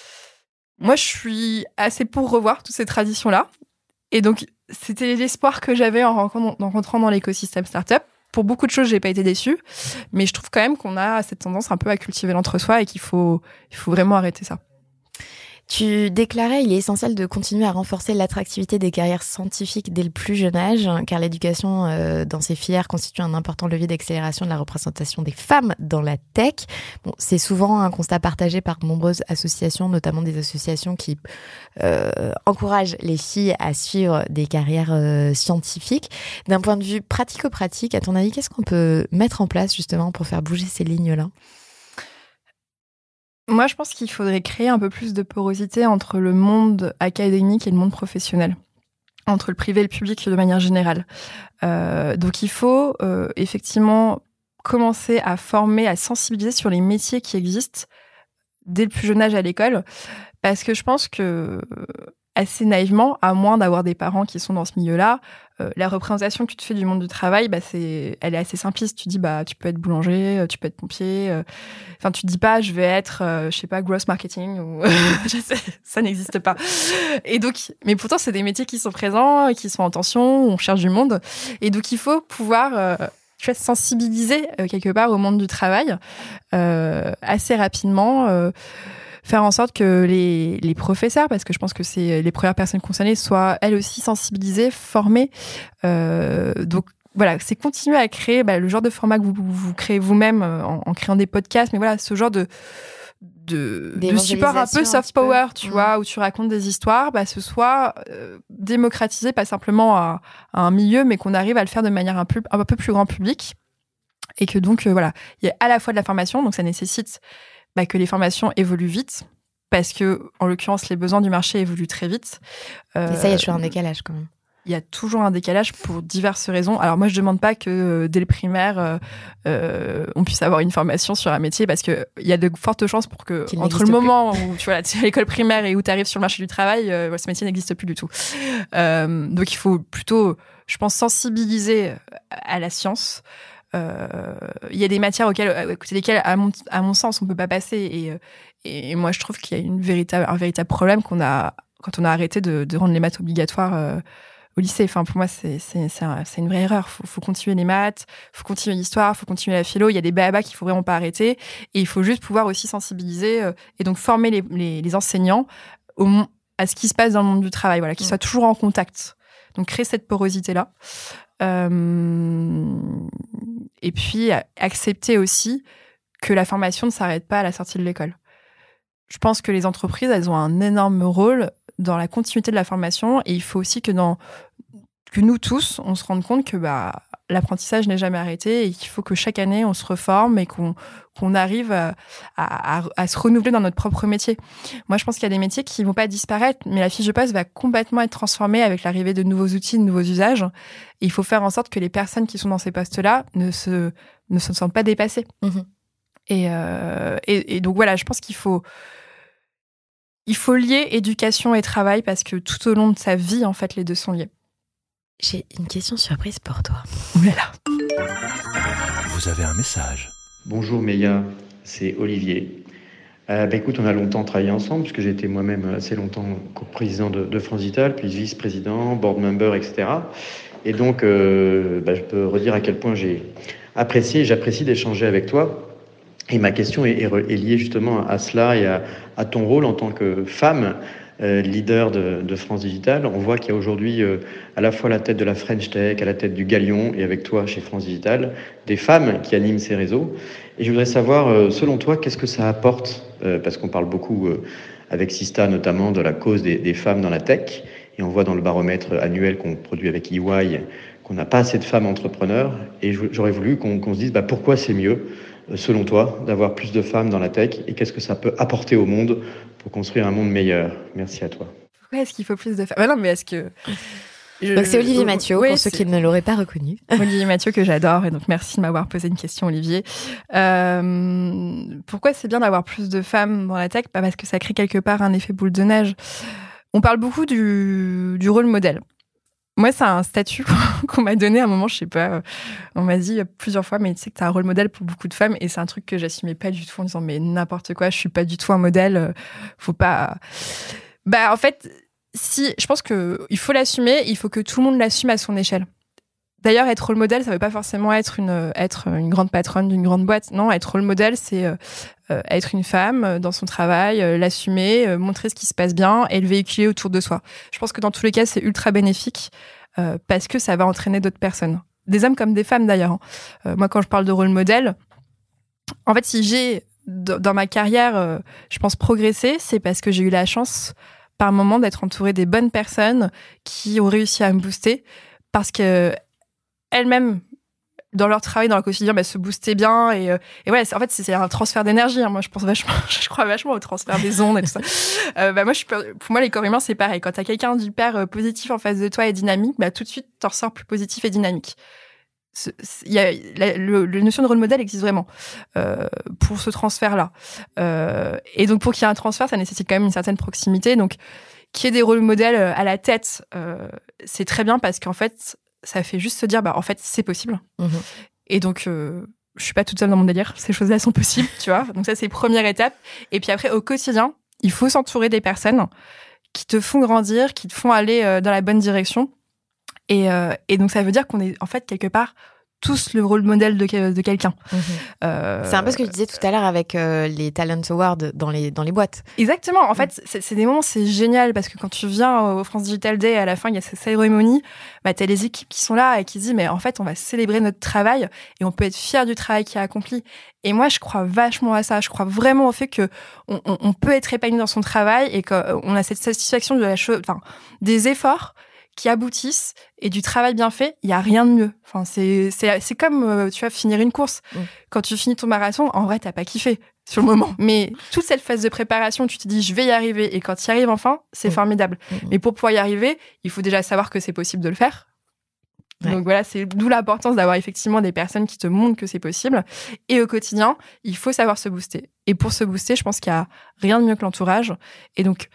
euh, moi, je suis assez pour revoir toutes ces traditions-là. Et donc, c'était l'espoir que j'avais en rencontrant, en rentrant dans l'écosystème startup. Pour beaucoup de choses, j'ai pas été déçue. Mais je trouve quand même qu'on a cette tendance un peu à cultiver l'entre-soi et qu'il faut, il faut vraiment arrêter ça. Tu déclarais il est essentiel de continuer à renforcer l'attractivité des carrières scientifiques dès le plus jeune âge, car l'éducation euh, dans ces filières constitue un important levier d'accélération de la représentation des femmes dans la tech. Bon, c'est souvent un constat partagé par de nombreuses associations, notamment des associations qui euh, encouragent les filles à suivre des carrières euh, scientifiques. D'un point de vue pratico-pratique, à ton avis, qu'est-ce qu'on peut mettre en place justement pour faire bouger ces lignes-là ? Moi, je pense qu'il faudrait créer un peu plus de porosité entre le monde académique et le monde professionnel, entre le privé et le public de manière générale. Euh, donc, il faut euh, effectivement commencer à former, à sensibiliser sur les métiers qui existent dès le plus jeune âge à l'école, parce que je pense que, assez naïvement, à moins d'avoir des parents qui sont dans ce milieu-là, euh, la représentation que tu te fais du monde du travail, bah c'est, elle est assez simpliste. Tu dis, bah tu peux être boulanger, tu peux être pompier. Euh, enfin, tu te dis pas, je vais être, euh, je sais pas, gross marketing ou je sais, ça n'existe pas. Et donc, mais pourtant, c'est des métiers qui sont présents, qui sont en tension, où on cherche du monde. Et donc, il faut pouvoir euh, tu vois, sensibiliser euh, quelque part au monde du travail euh, assez rapidement. Euh, faire en sorte que les, les professeurs, parce que je pense que c'est les premières personnes concernées, soient elles aussi sensibilisées, formées. Euh, donc voilà, c'est continuer à créer bah, le genre de format que vous, vous créez vous-même en, en créant des podcasts, mais voilà, ce genre de, de, de support un peu soft power, tu mmh. vois, où tu racontes des histoires, bah, ce soit euh, démocratisé, pas simplement à, à un milieu, mais qu'on arrive à le faire de manière un peu, un peu plus grand public. Et que donc, euh, voilà, il y a à la fois de la formation, donc ça nécessite bah, que les formations évoluent vite, parce que, en l'occurrence, les besoins du marché évoluent très vite. Euh, Et ça, il y a toujours un décalage, quand même. Il y a toujours un décalage pour diverses raisons. Alors moi, je demande pas que euh, dès le primaire, euh, euh, on puisse avoir une formation sur un métier, parce que il y a de fortes chances pour que Qu'il entre le moment plus. où tu vois, tu es à l'école primaire et où tu arrives sur le marché du travail, euh, ce métier n'existe plus du tout. Euh, donc il faut plutôt, je pense, sensibiliser à la science. Euh, il y a des matières auxquelles, à côté desquelles, à mon, à mon sens, on peut pas passer. Et, et moi, je trouve qu'il y a une véritable, un véritable problème qu'on a quand on a arrêté de, de rendre les maths obligatoires euh, au lycée. Enfin, pour moi, c'est, c'est, c'est, un, c'est une vraie erreur. Faut, faut continuer les maths, faut continuer l'histoire, faut continuer la philo. Il y a des B A B A qu'il faut vraiment pas arrêter. Et il faut juste pouvoir aussi sensibiliser euh, et donc former les, les, les enseignants au, à ce qui se passe dans le monde du travail, voilà, qu'ils soient toujours en contact. Donc, créer cette porosité-là. Euh, et puis, accepter aussi que la formation ne s'arrête pas à la sortie de l'école. Je pense que les entreprises, elles ont un énorme rôle dans la continuité de la formation et il faut aussi que, dans, que nous tous, on se rende compte que bah, l'apprentissage n'est jamais arrêté et qu'il faut que chaque année, on se reforme et qu'on, qu'on arrive à, à, à se renouveler dans notre propre métier. Moi, je pense qu'il y a des métiers qui ne vont pas disparaître, mais la fiche de poste va complètement être transformée avec l'arrivée de nouveaux outils, de nouveaux usages. Et il faut faire en sorte que les personnes qui sont dans ces postes-là ne se, ne se sentent pas dépassées. Mmh. Et, euh, et, et donc, voilà, je pense qu'il faut... Il faut lier éducation et travail parce que tout au long de sa vie, en fait, les deux sont liés. J'ai une question surprise pour toi. Ouh là là. Vous avez un message. Bonjour Meia, c'est Olivier. Euh, bah, écoute, on a longtemps travaillé ensemble puisque j'ai été moi-même assez longtemps co-président de, de France Digital, puis vice-président, board member, et cetera. Et donc, euh, bah, je peux redire à quel point j'ai apprécié et j'apprécie d'échanger avec toi. Et ma question est, est liée justement à cela et à, à ton rôle en tant que femme euh, leader de, de France Digital. On voit qu'il y a aujourd'hui euh, à la fois à la tête de la French Tech, à la tête du Galion et avec toi chez France Digital, des femmes qui animent ces réseaux. Et je voudrais savoir, euh, selon toi, qu'est-ce que ça apporte euh, parce qu'on parle beaucoup euh, avec Sista notamment de la cause des, des femmes dans la tech. Et on voit dans le baromètre annuel qu'on produit avec E Y qu'on n'a pas assez de femmes entrepreneurs. Et j'aurais voulu qu'on, qu'on se dise bah, pourquoi c'est mieux selon toi, d'avoir plus de femmes dans la tech et qu'est-ce que ça peut apporter au monde pour construire un monde meilleur? Merci à toi. Pourquoi est-ce qu'il faut plus de femmes? bah Non, mais est-ce que... Je... Donc c'est Olivier Mathieu, oui, pour ceux c'est... qui ne l'auraient pas reconnu. Olivier Mathieu, que j'adore, et donc merci de m'avoir posé une question, Olivier. Euh, pourquoi c'est bien d'avoir plus de femmes dans la tech? bah Parce que ça crée quelque part un effet boule de neige. On parle beaucoup du, du rôle modèle. Moi, c'est un statut qu'on m'a donné à un moment, je sais pas, on m'a dit plusieurs fois, mais tu sais que t'es un rôle modèle pour beaucoup de femmes, et c'est un truc que j'assumais pas du tout en disant, mais n'importe quoi, je suis pas du tout un modèle, faut pas... Bah, en fait, si, je pense que il faut l'assumer, il faut que tout le monde l'assume à son échelle. D'ailleurs, être rôle modèle, ça veut pas forcément être une, être une grande patronne d'une grande boîte. Non, être rôle modèle, c'est euh, être une femme dans son travail, euh, l'assumer, euh, montrer ce qui se passe bien et le véhiculer autour de soi. Je pense que dans tous les cas, c'est ultra bénéfique euh, parce que ça va entraîner d'autres personnes. Des hommes comme des femmes, d'ailleurs. Hein. Euh, moi, quand je parle de rôle modèle, en fait, si j'ai, d- dans ma carrière, euh, je pense progresser, c'est parce que j'ai eu la chance, par moment, d'être entourée des bonnes personnes qui ont réussi à me booster parce que elles-mêmes, dans leur travail, dans leur quotidien, bah, se booster bien. Et, euh, et ouais, en fait, c'est, c'est un transfert d'énergie. Hein. Moi, je pense vachement, je crois vachement au transfert des ondes et tout ça. Euh, bah, moi, je suis, pour moi, les corps humains, c'est pareil. Quand t'as quelqu'un d'hyper euh, positif en face de toi et dynamique, bah, tout de suite, t'en ressors plus positif et dynamique. Il y a, la, le, le notion de rôle modèle existe vraiment euh, pour ce transfert-là. Euh, et donc, pour qu'il y ait un transfert, ça nécessite quand même une certaine proximité. Donc, qu'il y ait des rôles modèles à la tête, euh, c'est très bien parce qu'en fait, ça fait juste se dire, bah, en fait, c'est possible. Mmh. Et donc, euh, je suis pas toute seule dans mon délire. Ces choses-là sont possibles, tu vois. Donc ça, c'est première étape. Et puis après, au quotidien, il faut s'entourer des personnes qui te font grandir, qui te font aller euh, dans la bonne direction. Et, euh, et donc, ça veut dire qu'on est, en fait, quelque part, tous le rôle modèle de, de quelqu'un. Mmh. Euh, c'est un peu ce que tu disais tout à l'heure avec euh, les Talent Awards dans les, dans les boîtes. Exactement. En mmh. fait, c'est, c'est des moments, c'est génial parce que quand tu viens au France Digital Day, à la fin, il y a cette cérémonie, bah, t'as les équipes qui sont là et qui disent, mais en fait, on va célébrer notre travail et on peut être fiers du travail qui est accompli. Et moi, je crois vachement à ça. Je crois vraiment au fait que on, on, on peut être épanoui dans son travail et qu'on a cette satisfaction de la chose, enfin, des efforts qui aboutissent et du travail bien fait, il y a rien de mieux. Enfin, c'est c'est c'est comme euh, tu vas finir une course. Mmh. Quand tu finis ton marathon, en vrai, t'as pas kiffé sur le moment. Mais toute cette phase de préparation, tu te dis je vais y arriver et quand tu y arrives enfin, c'est mmh. formidable. Mmh. Mais pour pouvoir y arriver, il faut déjà savoir que c'est possible de le faire. Ouais. Donc voilà, c'est d'où l'importance d'avoir effectivement des personnes qui te montrent que c'est possible. Et au quotidien, il faut savoir se booster. Et pour se booster, je pense qu'il y a rien de mieux que l'entourage. Et donc,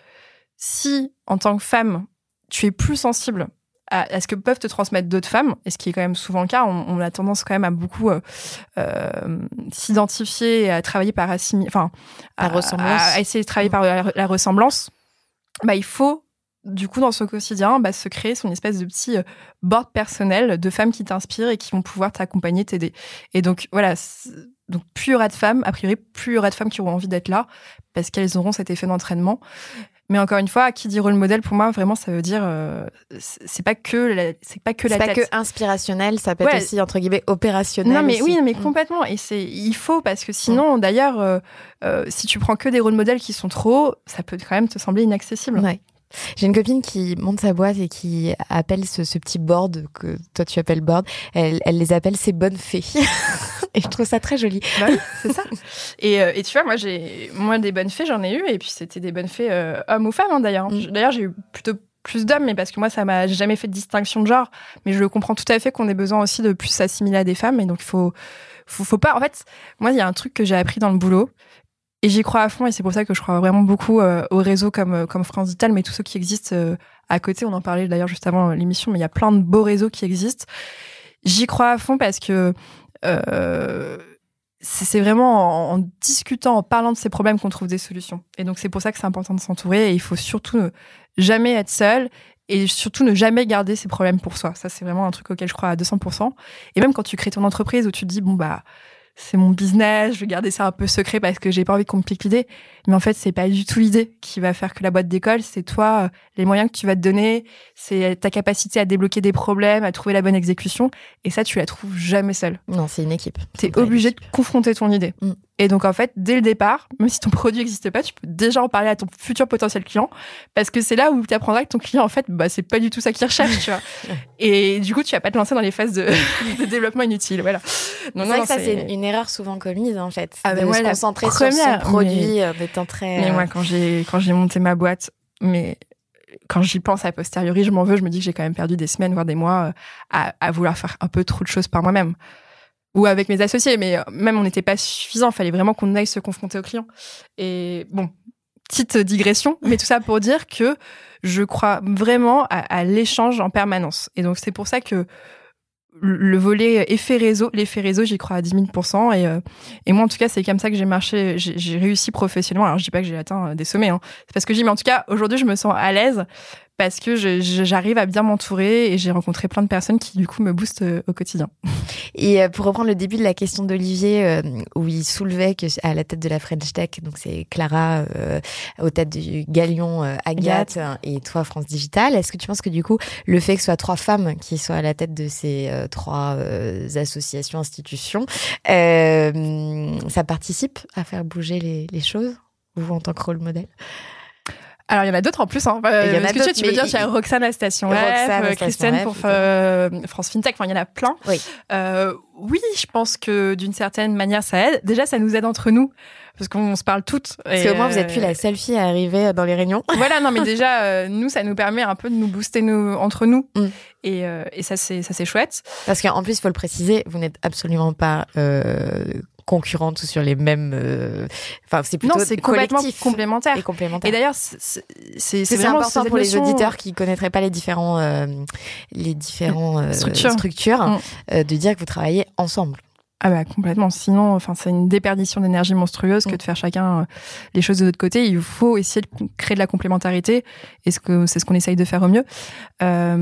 si en tant que femme tu es plus sensible à, à ce que peuvent te transmettre d'autres femmes, et ce qui est quand même souvent le cas, on, on a tendance quand même à beaucoup euh, euh, s'identifier et à travailler par assimilation, enfin, à, à, à essayer de travailler par la, la ressemblance. Bah, il faut, du coup, dans ce quotidien, bah, se créer son espèce de petit board personnel de femmes qui t'inspirent et qui vont pouvoir t'accompagner, t'aider. Et donc, voilà. Donc, plus il y aura de femmes, a priori, plus il y aura de femmes qui auront envie d'être là, parce qu'elles auront cet effet d'entraînement. Mais encore une fois, qui dit rôle modèle, pour moi, vraiment, ça veut dire, euh, c'est pas que la, c'est pas que la c'est tête. pas que inspirationnel, ça peut ouais. être aussi, entre guillemets, opérationnel. Non, mais aussi. oui, mais mmh. complètement. Et c'est, il faut, parce que sinon, mmh. d'ailleurs, euh, euh, si tu prends que des rôles modèles qui sont trop hauts, ça peut quand même te sembler inaccessible. Ouais. J'ai une copine qui monte sa boîte et qui appelle ce, ce petit board que toi tu appelles board, elle, elle les appelle ses bonnes fées. Et je trouve ça très joli. Bah oui, c'est ça. Et, euh, et tu vois, moi, j'ai, moi, des bonnes fées, j'en ai eu. Et puis, c'était des bonnes fées euh, hommes ou femmes, hein, d'ailleurs. Mm. D'ailleurs, j'ai eu plutôt plus d'hommes, mais parce que moi, ça m'a j'ai jamais fait de distinction de genre. Mais je comprends tout à fait qu'on ait besoin aussi de plus s'assimiler à des femmes. Et donc, il faut, faut, faut pas... En fait, moi, il y a un truc que j'ai appris dans le boulot. Et j'y crois à fond, et c'est pour ça que je crois vraiment beaucoup euh, aux réseaux comme, comme France Digital, mais tous ceux qui existent euh, à côté. On en parlait d'ailleurs juste avant l'émission, mais il y a plein de beaux réseaux qui existent. J'y crois à fond parce que euh, c'est, c'est vraiment en, en discutant, en parlant de ces problèmes qu'on trouve des solutions. Et donc c'est pour ça que c'est important de s'entourer, et il faut surtout ne jamais être seul, et surtout ne jamais garder ses problèmes pour soi. Ça, c'est vraiment un truc auquel je crois à deux cents pour cent. Et même quand tu crées ton entreprise, où tu te dis, bon bah... c'est mon business, je vais garder ça un peu secret parce que j'ai pas envie qu'on me pique l'idée. Mais en fait, c'est pas du tout l'idée qui va faire que la boîte décolle, c'est toi, les moyens que tu vas te donner, c'est ta capacité à débloquer des problèmes, à trouver la bonne exécution. Et ça, tu la trouves jamais seule. Non, c'est une équipe. T'es obligé de confronter ton idée. Mm. Et donc, en fait, dès le départ, même si ton produit n'existe pas, tu peux déjà en parler à ton futur potentiel client, parce que c'est là où tu apprendras que ton client, en fait, bah, c'est pas du tout ça qu'il recherche, tu vois. Et du coup, tu vas pas te lancer dans les phases de, de développement inutile, voilà. Non, c'est non, vrai non, que ça, c'est une, une erreur souvent commise, en fait, ah, de moi, se concentrer première, sur son produit, mais, en étant très... Mais euh... moi, quand j'ai, quand j'ai monté ma boîte, mais... quand j'y pense a posteriori, je m'en veux, je me dis que j'ai quand même perdu des semaines, voire des mois, à, à vouloir faire un peu trop de choses par moi-même. Ou avec mes associés, mais même on n'était pas suffisant, il fallait vraiment qu'on aille se confronter aux clients. Et bon, petite digression, mais tout ça pour dire que je crois vraiment à, à l'échange en permanence. Et donc c'est pour ça que le volet effet réseau, l'effet réseau, j'y crois à dix mille pour cent. Et, euh, et moi, en tout cas, c'est comme ça que j'ai marché, j'ai, j'ai réussi professionnellement. Alors, je dis pas que j'ai atteint des sommets, hein. C'est parce que j'ai, mais en tout cas, aujourd'hui, je me sens à l'aise parce que je, je, j'arrive à bien m'entourer et j'ai rencontré plein de personnes qui, du coup, me boostent euh, au quotidien. Et euh, pour reprendre le début de la question d'Olivier, euh, où il soulevait que à la tête de la French Tech, donc c'est Clara euh, aux têtes du Galion, euh, Agathe Agathe. Et toi, France Digital. Est-ce que tu penses que, du coup, le fait que ce soit trois femmes qui soient à la tête de ces euh, trois euh, associations, institutions, euh, ça participe à faire bouger les, les choses, vous, en tant que rôle modèle? Alors, il y en a d'autres en plus. Hein. Euh, il y en a d'autres, tu veux dire, il y a Roxane à Station F, euh, Christine F, pour euh, France FinTech. Enfin, il y en a plein. Oui. Euh, oui, je pense que d'une certaine manière, ça aide. Déjà, ça nous aide entre nous. Parce qu'on se parle toutes. Parce qu'au moins, vous n'êtes plus la seule fille à arriver dans les réunions. Voilà, non, mais déjà, euh, nous, ça nous permet un peu de nous booster nous, entre nous. Mm. Et, euh, et ça, c'est, ça, c'est chouette. Parce qu'en plus, il faut le préciser, vous n'êtes absolument pas euh, concurrentes ou sur les mêmes... Enfin, euh, c'est plutôt non, c'est complètement complémentaire. Et complémentaire. Et d'ailleurs, c'est, c'est, c'est, c'est vraiment important pour notion... les auditeurs qui ne connaîtraient pas les différents, euh, les différents euh, structures, structures mm. euh, de dire que vous travaillez ensemble. Ah bah complètement. Sinon, enfin c'est une déperdition d'énergie monstrueuse que de faire chacun euh, les choses de notre côté. Il faut essayer de créer de la complémentarité. Et ce que c'est ce qu'on essaye de faire au mieux. Euh...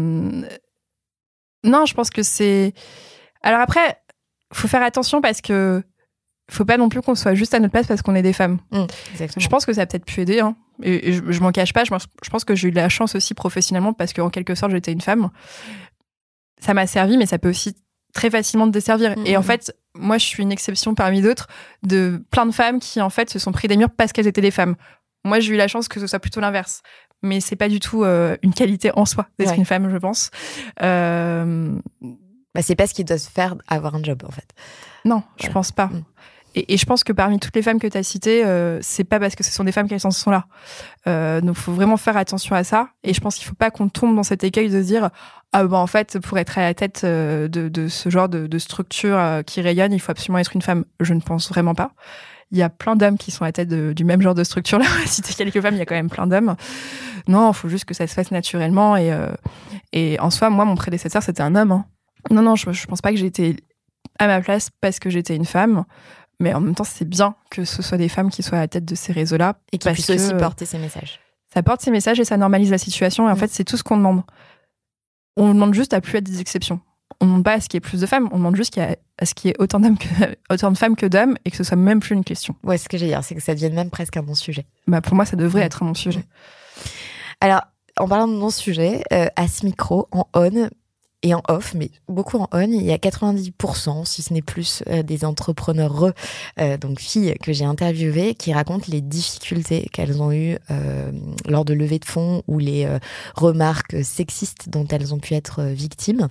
Non, je pense que c'est. Alors après, faut faire attention parce que faut pas non plus qu'on soit juste à notre place parce qu'on est des femmes. Mmh, exactement. Je pense que ça a peut-être pu aider. Hein. Et, et je, je m'en cache pas. Je, je pense que j'ai eu de la chance aussi professionnellement parce qu'en quelque sorte j'étais une femme. Ça m'a servi, mais ça peut aussi très facilement de desservir. Mmh. Et en fait, moi, je suis une exception parmi d'autres de plein de femmes qui, en fait, se sont pris des murs parce qu'elles étaient des femmes. Moi, j'ai eu la chance que ce soit plutôt l'inverse. Mais c'est pas du tout euh, une qualité en soi d'être ouais. une femme, je pense. Euh... Bah, c'est pas ce qui doit se faire avoir un job, en fait. Non, voilà. Je pense pas. Mmh. Et, et je pense que parmi toutes les femmes que tu as citées, euh, c'est pas parce que ce sont des femmes qu'elles en sont là. Euh, donc, il faut vraiment faire attention à ça. Et je pense qu'il faut pas qu'on tombe dans cet écueil de se dire ah bah en fait, pour être à la tête de, de ce genre de, de structure qui rayonne, il faut absolument être une femme. Je ne pense vraiment pas. Il y a plein d'hommes qui sont à la tête de, du même genre de structure. Là, si t'es quelques femmes, il y a quand même plein d'hommes. Non, il faut juste que ça se fasse naturellement. Et, euh, et en soi, moi, mon prédécesseur, c'était un homme. Hein. Non, non, je, je pense pas que j'étais à ma place parce que j'étais une femme. Mais en même temps, c'est bien que ce soit des femmes qui soient à la tête de ces réseaux-là. Et qui puissent aussi porter ces messages. Ça porte ces messages et ça normalise la situation. Et en mmh. fait, c'est tout ce qu'on demande. On demande juste à plus être des exceptions. on ne demande pas à ce qu'il y ait plus de femmes, on demande juste qu'il y a, à ce qu'il y ait autant, d'hommes que, autant de femmes que d'hommes et que ce soit même plus une question. Ouais, ce que j'ai dire, c'est que ça devienne même presque un bon sujet. Bah, pour moi, ça devrait mmh. être un bon sujet. Alors, en parlant de mon sujet, euh, à ce micro, en on et en off, mais beaucoup en on, il y a quatre-vingt-dix pour cent, si ce n'est plus, euh, des entrepreneurs, euh, donc filles que j'ai interviewées, qui racontent les difficultés qu'elles ont eues euh, lors de levées de fonds ou les euh, remarques sexistes dont elles ont pu être victimes.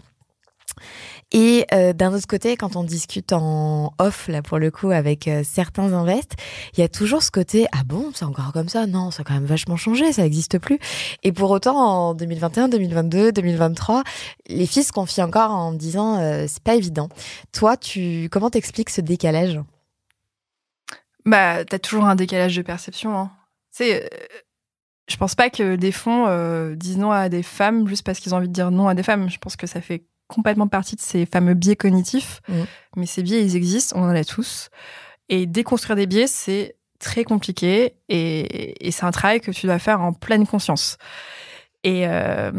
Et euh, d'un autre côté, quand on discute en off, là pour le coup, avec euh, certains invests, il y a toujours ce côté « Ah bon, c'est encore comme ça ? Non, ça a quand même vachement changé, ça n'existe plus. » Et pour autant, en deux mille vingt et un, deux mille vingt-deux, deux mille vingt-trois, les filles se confient encore en me disant euh, « C'est pas évident. » Toi, tu comment t'expliques ce décalage ? Bah, t'as toujours un décalage de perception. Hein. C'est... Euh... Je pense pas que des fonds euh, disent non à des femmes juste parce qu'ils ont envie de dire non à des femmes. Je pense que ça fait complètement partie de ces fameux biais cognitifs. Mmh. Mais ces biais, ils existent, on en a tous. Et déconstruire des biais, c'est très compliqué et, et c'est un travail que tu dois faire en pleine conscience. Et, euh,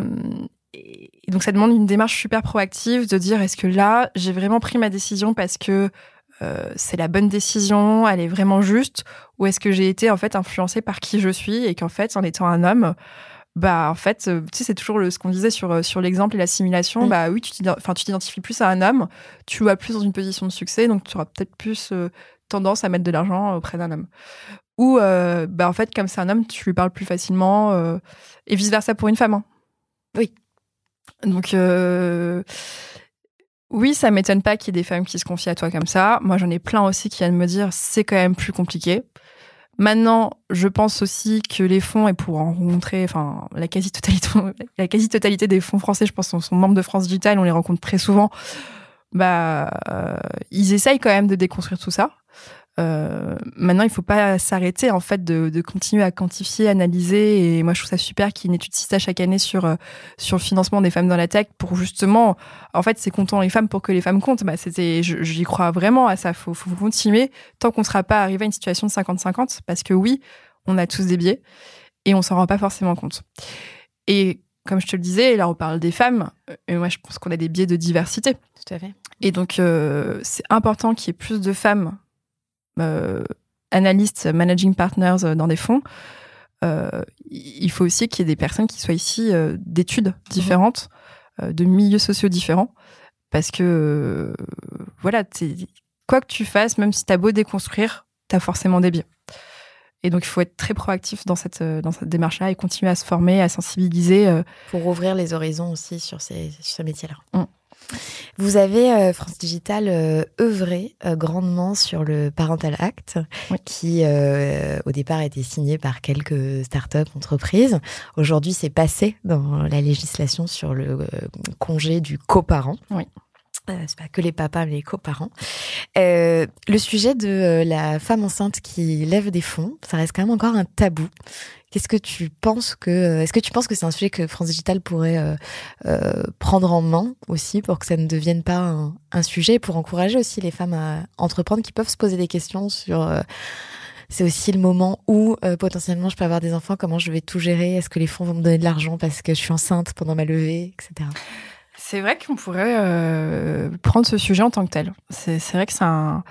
et donc, ça demande une démarche super proactive de dire, est-ce que là, j'ai vraiment pris ma décision parce que euh, c'est la bonne décision, elle est vraiment juste, ou est-ce que j'ai été en fait influencée par qui je suis et qu'en fait, en étant un homme, bah en fait, euh, tu sais, c'est toujours le, ce qu'on disait sur sur l'exemple et l'assimilation. Mmh. Bah oui, tu enfin tu t'identifies plus à un homme, tu vas plus dans une position de succès, donc tu auras peut-être plus euh, tendance à mettre de l'argent auprès d'un homme. Ou euh, bah en fait, comme c'est un homme, tu lui parles plus facilement, euh, et vice versa pour une femme. Hein. Oui. Donc euh, oui, ça m'étonne pas qu'il y ait des femmes qui se confient à toi comme ça. Moi, j'en ai plein aussi qui viennent me dire c'est quand même plus compliqué. Maintenant, je pense aussi que les fonds, et pour en rencontrer, enfin, la quasi-totalité, la quasi-totalité des fonds français, je pense, sont, sont membres de France Digital, on les rencontre très souvent, bah, euh, ils essayent quand même de déconstruire tout ça. Euh, maintenant, il faut pas s'arrêter, en fait, de, de continuer à quantifier, analyser, et moi, je trouve ça super qu'il y ait une étude Sista chaque année sur, euh, sur le financement des femmes dans la tech pour justement, en fait, c'est comptant les femmes pour que les femmes comptent. Bah, c'était, je, j'y crois vraiment à ça. Faut, faut continuer tant qu'on ne sera pas arrivé à une situation de cinquante cinquante, parce que oui, on a tous des biais et on s'en rend pas forcément compte. Et comme je te le disais, là, on parle des femmes, et moi, je pense qu'on a des biais de diversité. Tout à fait. Et donc, euh, c'est important qu'il y ait plus de femmes Euh, analystes, managing partners dans des fonds, euh, il faut aussi qu'il y ait des personnes qui soient ici euh, d'études différentes, mmh. euh, de milieux sociaux différents, parce que euh, voilà, quoi que tu fasses, même si t'as beau déconstruire, t'as forcément des biais. Et donc il faut être très proactif dans cette, dans cette démarche-là et continuer à se former, à sensibiliser. Euh... Pour ouvrir les horizons aussi sur ces, sur ces métiers-là. Mmh. Vous avez, euh, France Digital, euh, œuvré euh, grandement sur le Parental Act, oui. qui, euh, au départ, a été signé par quelques startups, entreprises. Aujourd'hui, c'est passé dans la législation sur le euh, congé du coparent. Oui. Euh, c'est pas que les papas, mais les coparents. Euh, le sujet de euh, la femme enceinte qui lève des fonds, ça reste quand même encore un tabou. Qu'est-ce que tu penses que, est-ce que tu penses que c'est un sujet que France Digital pourrait euh, euh, prendre en main aussi pour que ça ne devienne pas un, un sujet, pour encourager aussi les femmes à entreprendre, qui peuvent se poser des questions sur euh, c'est aussi le moment où euh, potentiellement je peux avoir des enfants, comment je vais tout gérer, est-ce que les fonds vont me donner de l'argent parce que je suis enceinte pendant ma levée, et cetera. C'est vrai qu'on pourrait euh, prendre ce sujet en tant que tel. C'est, c'est vrai que c'est un...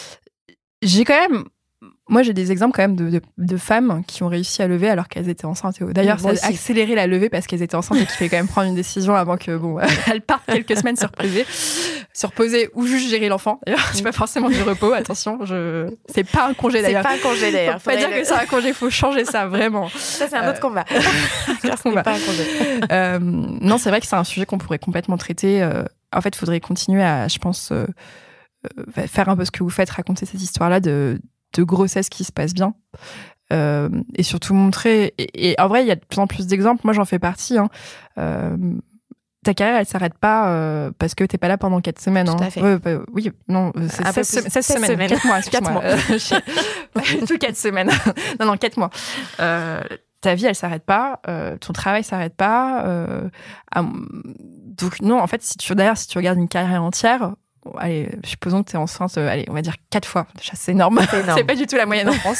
J'ai quand même... Moi, j'ai des exemples quand même de, de, de femmes qui ont réussi à lever alors qu'elles étaient enceintes. D'ailleurs, ça a accéléré la levée parce qu'elles étaient enceintes et qu'il fallait quand même prendre une décision avant que, bon, elles partent quelques semaines se reposer, se reposer ou juste gérer l'enfant. D'ailleurs, c'est pas forcément du repos. Attention, je, c'est pas un congé d'ailleurs. C'est pas un congé d'ailleurs. Faut pas dire le... que c'est un congé. Faut changer ça vraiment. Ça, c'est un autre euh... combat. c'est combat. pas un congé. Euh, non, c'est vrai que c'est un sujet qu'on pourrait complètement traiter. Euh, en fait, il faudrait continuer à, je pense, euh, euh, faire un peu ce que vous faites, raconter ces histoires-là de de grossesse qui se passe bien, euh, et surtout montrer, et, et en vrai il y a de plus en plus d'exemples, moi j'en fais partie, hein. euh, ta carrière elle s'arrête pas euh, parce que t'es pas là pendant quatre semaines, hein. Tout à fait. Ouais, bah, oui, non, c'est seize, seize semaines, quatre mois, quatre mois, euh, pas du tout quatre semaines, non non quatre mois, euh, ta vie elle s'arrête pas, euh, ton travail s'arrête pas, euh, à, donc non en fait si tu, d'ailleurs si tu regardes une carrière entière, allez, supposons que tu es enceinte, euh, allez, on va dire quatre fois. Déjà, c'est énorme. C'est, énorme. C'est pas du tout la moyenne en France.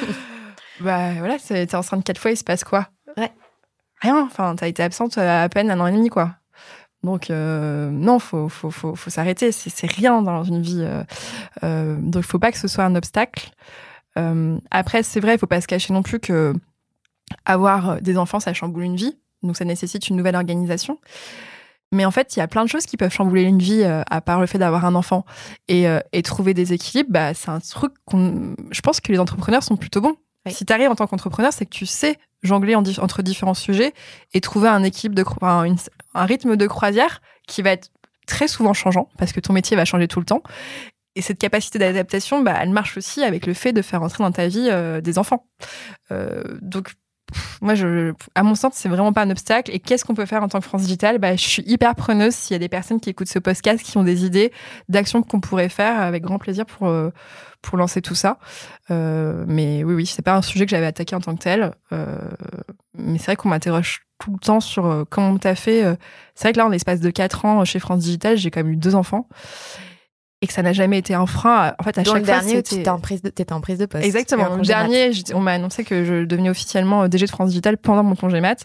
bah voilà, tu es enceinte quatre fois, il se passe quoi? Ouais. Rien. Enfin, tu as été absente à peine un an et demi, quoi. Donc euh, non, faut faut faut faut s'arrêter. C'est c'est rien dans une vie. Euh, euh, donc il faut pas que ce soit un obstacle. Euh, après, c'est vrai, il faut pas se cacher non plus que avoir des enfants, ça chamboule une vie. Donc ça nécessite une nouvelle organisation. Mais en fait, il y a plein de choses qui peuvent chambouler une vie euh, à part le fait d'avoir un enfant. Et, euh, et trouver des équilibres, bah, c'est un truc qu'on... Je pense que les entrepreneurs sont plutôt bons. Oui. Si tu arrives en tant qu'entrepreneur, c'est que tu sais jongler en dif- entre différents sujets et trouver un équilibre de cro- un, une, un rythme de croisière qui va être très souvent changeant parce que ton métier va changer tout le temps. Et cette capacité d'adaptation, bah, elle marche aussi avec le fait de faire entrer dans ta vie euh, des enfants. Euh, donc, moi, je, à mon sens, c'est vraiment pas un obstacle. Et qu'est-ce qu'on peut faire en tant que France Digital ? Bah, je suis hyper preneuse s'il y a des personnes qui écoutent ce podcast, qui ont des idées d'actions qu'on pourrait faire avec grand plaisir pour, euh, pour lancer tout ça. Euh, mais oui, oui, c'est pas un sujet que j'avais attaqué en tant que tel. Euh, mais c'est vrai qu'on m'interroge tout le temps sur euh, comment t'as fait. Euh, c'est vrai que là, en l'espace de quatre ans chez France Digital, j'ai quand même eu deux enfants. Et que ça n'a jamais été un frein. En fait, à Dans chaque le fois, dernier, c'était... tu étais en prise de, t'étais en prise de poste. Exactement. Le dernier, on m'a annoncé que je devenais officiellement D G de France Digital pendant mon congé mat.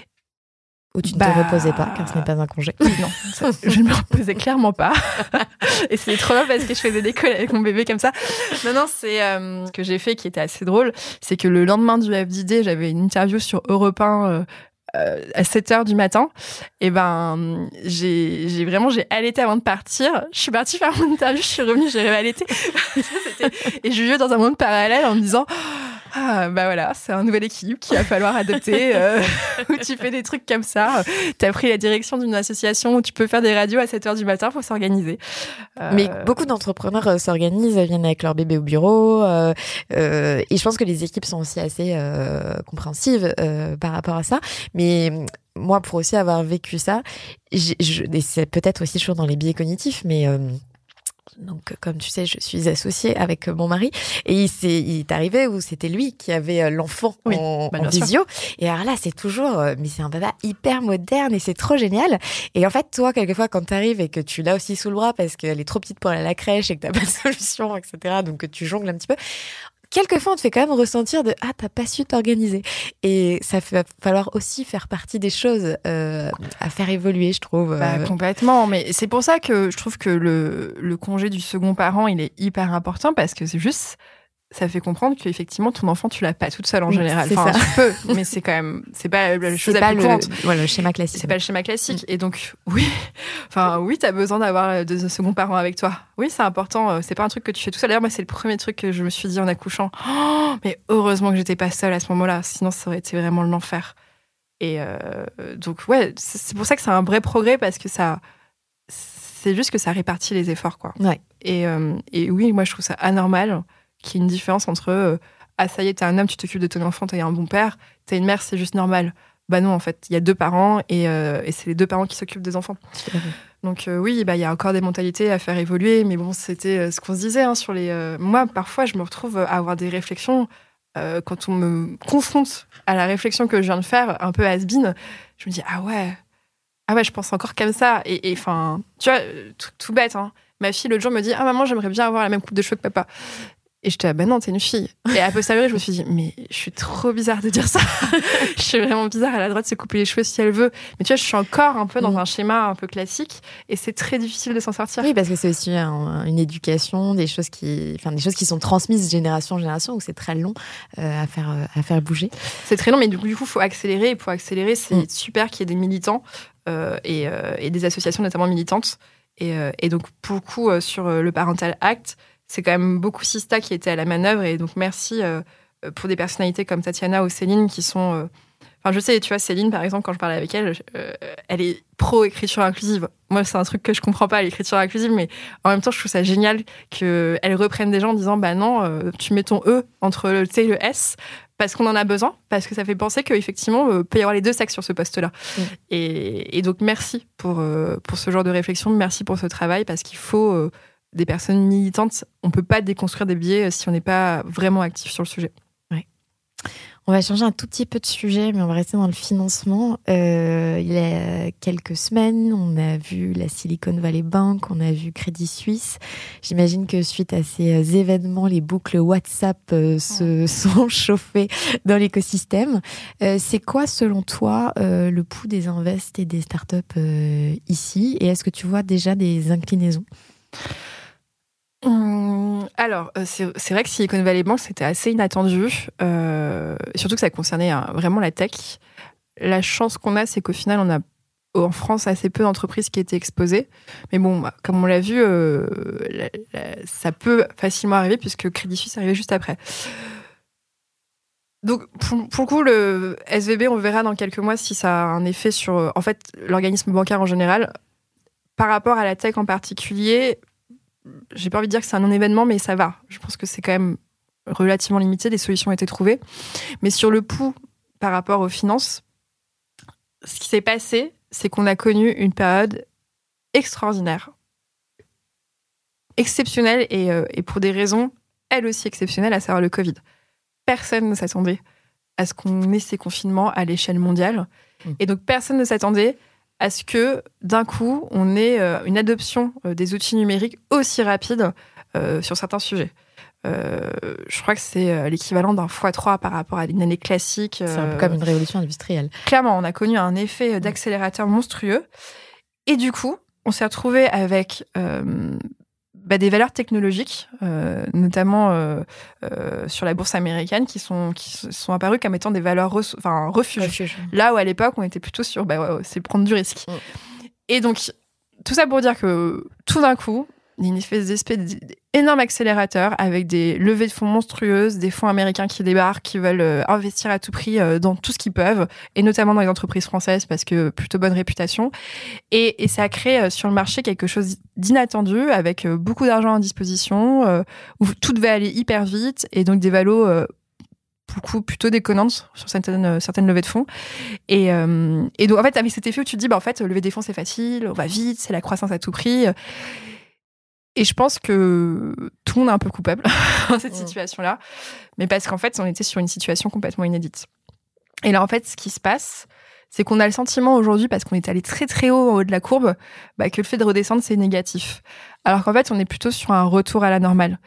Où tu ne bah... te reposais pas, car ce n'est pas un congé. Non, ça, je ne me reposais clairement pas. Et c'était trop bien parce que je faisais des calls avec mon bébé comme ça. Non, non, c'est euh, ce que j'ai fait qui était assez drôle. C'est que le lendemain du F D D, j'avais une interview sur Europe un euh, à sept heures du matin, et ben j'ai j'ai vraiment j'ai allaité avant de partir. Je suis partie faire mon interview, je suis revenue, j'ai réallaité. Et je vivais dans un monde parallèle en me disant ah bah voilà, c'est un nouvel équilibre qu'il va falloir adopter, euh, où tu fais des trucs comme ça. T'as pris la direction d'une association où tu peux faire des radios à sept heures du matin, faut s'organiser. Euh... Mais beaucoup d'entrepreneurs euh, s'organisent, viennent avec leur bébé au bureau, euh, euh, et je pense que les équipes sont aussi assez euh, compréhensives euh, par rapport à ça. Mais moi, pour aussi avoir vécu ça, j'ai, je, et c'est peut-être aussi toujours dans les biais cognitifs, mais euh, donc, comme tu sais, je suis associée avec mon mari, et il, s'est, il est arrivé où c'était lui qui avait l'enfant oui, en, bah, en visio. Et alors là, c'est toujours, mais c'est un papa hyper moderne et c'est trop génial. Et en fait, toi, quelquefois, quand t'arrives et que tu l'as aussi sous le bras parce qu'elle est trop petite pour aller à la crèche et que t'as pas de solution, et cetera, donc que tu jongles un petit peu, quelquefois, on te fait quand même ressentir de « Ah, t'as pas su t'organiser ». Et ça va falloir aussi faire partie des choses euh, à faire évoluer, je trouve. Bah, complètement. Mais c'est pour ça que je trouve que le, le congé du second parent, il est hyper important parce que c'est juste... Ça fait comprendre qu'effectivement, ton enfant, tu l'as pas toute seule en oui, général. C'est enfin, ça. tu peux, mais c'est quand même... C'est pas la chose c'est la pas plus le, courante. Ouais, le schéma classique. C'est pas le schéma classique. Et donc, oui, enfin, oui, t'as besoin d'avoir de second parent avec toi. Oui, c'est important. C'est pas un truc que tu fais tout seul. D'ailleurs, moi, c'est le premier truc que je me suis dit en accouchant. Oh, mais heureusement que j'étais pas seule à ce moment-là. Sinon, ça aurait été vraiment l'enfer. Et euh, donc, ouais, c'est pour ça que c'est un vrai progrès parce que ça... C'est juste que ça répartit les efforts, quoi. Ouais. Et, euh, et oui, moi, je trouve ça anormal qu'il y ait une différence entre euh, ah, ça y est, t'es un homme, tu t'occupes de ton enfant, t'es un bon père, t'es une mère, c'est juste normal. Bah non, en fait, il y a deux parents et, euh, et c'est les deux parents qui s'occupent des enfants. Mmh. Donc euh, oui, bah, y a encore des mentalités à faire évoluer, mais bon, c'était euh, ce qu'on se disait hein, sur les... Euh... Moi, parfois, je me retrouve à avoir des réflexions euh, quand on me confronte à la réflexion que je viens de faire, un peu has-been, je me dis, ah ouais, ah ouais, je pense encore comme ça. Et enfin, tu vois, tout, tout bête, hein. Ma fille, l'autre jour, me dit, ah maman, j'aimerais bien avoir la même coupe de cheveux que papa. Et j'étais, ah ben non, t'es une fille. Et à posteriori, je me suis dit, mais je suis trop bizarre de dire ça. Je suis vraiment bizarre, elle a le droit de se couper les cheveux si elle veut. Mais tu vois, je suis encore un peu dans mmh. un schéma un peu classique et c'est très difficile de s'en sortir. Oui, parce que c'est aussi un, une éducation, des choses qui, enfin, des choses qui sont transmises génération en génération, où c'est très long euh, à faire, euh, à faire bouger. C'est très long, mais du coup, il faut accélérer. Et pour accélérer, c'est mmh. super qu'il y ait des militants euh, et, euh, et des associations, notamment militantes. Et, euh, et donc, pour le coup, euh, sur euh, le Parental Act, c'est quand même beaucoup Sista qui était à la manœuvre. Et donc, merci euh, pour des personnalités comme Tatiana ou Céline qui sont... Euh... Enfin, je sais, tu vois, Céline, par exemple, quand je parlais avec elle, euh, elle est pro-écriture inclusive. Moi, c'est un truc que je comprends pas, l'écriture inclusive, mais en même temps, je trouve ça génial qu'elle reprenne des gens en disant, bah non, euh, tu mets ton E entre le T et le S, parce qu'on en a besoin, parce que ça fait penser qu'effectivement, il euh, peut y avoir les deux sexes sur ce poste-là. Mmh. Et, et donc, merci pour, euh, pour ce genre de réflexion, merci pour ce travail, parce qu'il faut... Euh, des personnes militantes, on peut pas déconstruire des biais si on n'est pas vraiment actif sur le sujet. Ouais. On va changer un tout petit peu de sujet, mais on va rester dans le financement. Euh, il y a quelques semaines, on a vu la Silicon Valley Bank, on a vu Crédit Suisse. J'imagine que suite à ces événements, les boucles WhatsApp euh, se sont chauffées dans l'écosystème. Euh, c'est quoi, selon toi, euh, le pouls des invests et des startups euh, ici ? Et est-ce que tu vois déjà des inclinaisons ? Hum, alors, euh, c'est, c'est vrai que Silicon Valley Bank, c'était assez inattendu, euh, surtout que ça concernait hein, vraiment la tech. La chance qu'on a, c'est qu'au final, on a en France assez peu d'entreprises qui étaient exposées. Mais bon, bah, comme on l'a vu, euh, la, la, ça peut facilement arriver puisque Crédit Suisse est arrivé juste après. Donc, pour, pour le coup, le S V B, on verra dans quelques mois si ça a un effet sur, en fait, l'organisme bancaire en général. Par rapport à la tech en particulier, j'ai pas envie de dire que c'est un non-événement, mais ça va. Je pense que c'est quand même relativement limité, des solutions ont été trouvées. Mais sur le pouls par rapport aux finances, ce qui s'est passé, c'est qu'on a connu une période extraordinaire, exceptionnelle, et, euh, et pour des raisons, elle aussi exceptionnelles, à savoir le Covid. Personne ne s'attendait à ce qu'on ait ces confinements à l'échelle mondiale. Mmh. Et donc, personne ne s'attendait à ce que, d'un coup, on ait euh, une adoption euh, des outils numériques aussi rapide euh, sur certains sujets. Euh, je crois que c'est euh, l'équivalent d'un fois trois par rapport à une année classique. Euh, c'est un peu comme une révolution industrielle. Clairement, on a connu un effet d'accélérateur monstrueux. Et du coup, on s'est retrouvé avec euh, bah, des valeurs technologiques, euh, notamment euh, euh, sur la bourse américaine, qui sont, qui sont apparues comme étant des valeurs re- enfin, refuge. refuge. Là où à l'époque, on était plutôt sur bah, ouais, c'est prendre du risque. Mm. Et donc, tout ça pour dire que tout d'un coup, il y a une espèce d'espèce d'énorme accélérateur avec des levées de fonds monstrueuses, des fonds américains qui débarquent, qui veulent euh, investir à tout prix euh, dans tout ce qu'ils peuvent, et notamment dans les entreprises françaises parce que plutôt bonne réputation. Et, et ça a créé euh, sur le marché quelque chose d'inattendu avec euh, beaucoup d'argent à disposition, euh, où tout devait aller hyper vite, et donc des valos euh, beaucoup plutôt déconnantes sur certaines, euh, certaines levées de fonds. Et, euh, et donc en fait, avec cet effet où tu te dis, bah, en fait, lever des fonds c'est facile, on va vite, c'est la croissance à tout prix. Et je pense que tout le monde est un peu coupable dans cette mmh. situation-là. Mais parce qu'en fait, on était sur une situation complètement inédite. Et là, en fait, ce qui se passe, c'est qu'on a le sentiment aujourd'hui, parce qu'on est allé très très haut en haut de la courbe, bah, que le fait de redescendre, c'est négatif. Alors qu'en fait, on est plutôt sur un retour à la normale.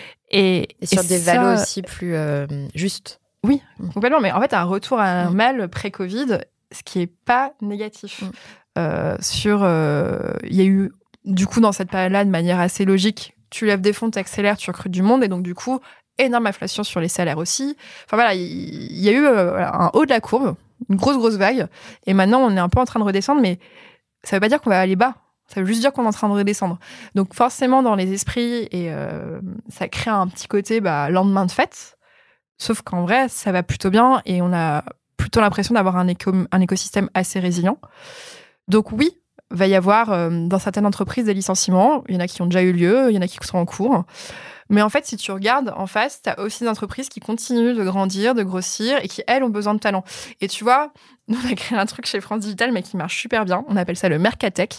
Et, et sur et des ça... valos aussi plus euh, justes. Oui, mmh. complètement. Mais en fait, un retour à la normale mmh. pré-Covid, ce qui n'est pas négatif. Mmh. Euh, sur, euh, il y a eu... Du coup, dans cette période-là, de manière assez logique, tu lèves des fonds, tu accélères, tu recrutes du monde, et donc du coup, énorme inflation sur les salaires aussi. Enfin voilà, il y, y a eu euh, un haut de la courbe, une grosse, grosse vague, et maintenant, on est un peu en train de redescendre, mais ça veut pas dire qu'on va aller bas, ça veut juste dire qu'on est en train de redescendre. Donc forcément, dans les esprits, et euh, ça crée un petit côté bah, lendemain de fête, sauf qu'en vrai, ça va plutôt bien, et on a plutôt l'impression d'avoir un, éco- un écosystème assez résilient. Donc oui, va y avoir euh, dans certaines entreprises des licenciements. Il y en a qui ont déjà eu lieu, il y en a qui sont en cours. Mais en fait, si tu regardes en face, tu as aussi des entreprises qui continuent de grandir, de grossir et qui, elles, ont besoin de talent. Et tu vois, nous, on a créé un truc chez France Digital, mais qui marche super bien. On appelle ça le Mercatech.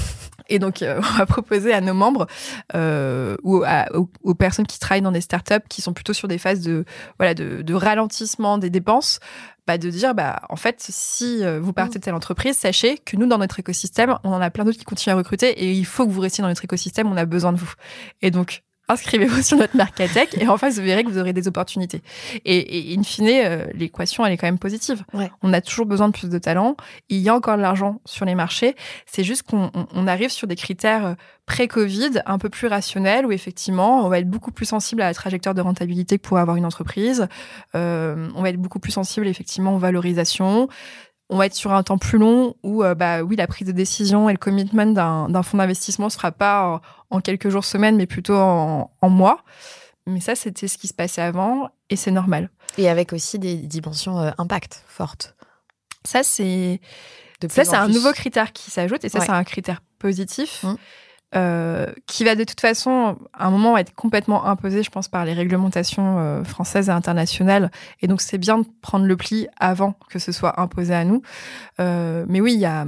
Et donc, euh, on va proposer à nos membres euh, ou à, aux, aux personnes qui travaillent dans des startups qui sont plutôt sur des phases de, voilà, de, de ralentissement des dépenses, bah, de dire, bah, en fait, si vous partez de telle entreprise, sachez que nous, dans notre écosystème, on en a plein d'autres qui continuent à recruter et il faut que vous restiez dans notre écosystème, on a besoin de vous. Et donc, inscrivez-vous sur notre Mercatech et en face, vous verrez que vous aurez des opportunités. Et, et in fine, euh, l'équation, elle est quand même positive. Ouais. On a toujours besoin de plus de talent. Il y a encore de l'argent sur les marchés. C'est juste qu'on on, on arrive sur des critères pré-Covid un peu plus rationnels où effectivement, on va être beaucoup plus sensible à la trajectoire de rentabilité que pourrait avoir une entreprise. Euh, on va être beaucoup plus sensible effectivement aux valorisations. On va être sur un temps plus long où, euh, bah oui, la prise de décision et le commitment d'un, d'un fonds d'investissement ne se fera pas en, en quelques jours, semaines, mais plutôt en, en mois. Mais ça, c'était ce qui se passait avant et c'est normal. Et avec aussi des dimensions euh, impact fortes. Ça, c'est, ça, c'est un nouveau critère qui s'ajoute et ça, ouais. c'est un critère positif. Mmh. Euh, qui va de toute façon, à un moment, être complètement imposé, je pense, par les réglementations euh, françaises et internationales. Et donc, c'est bien de prendre le pli avant que ce soit imposé à nous. Euh, mais oui, il y a...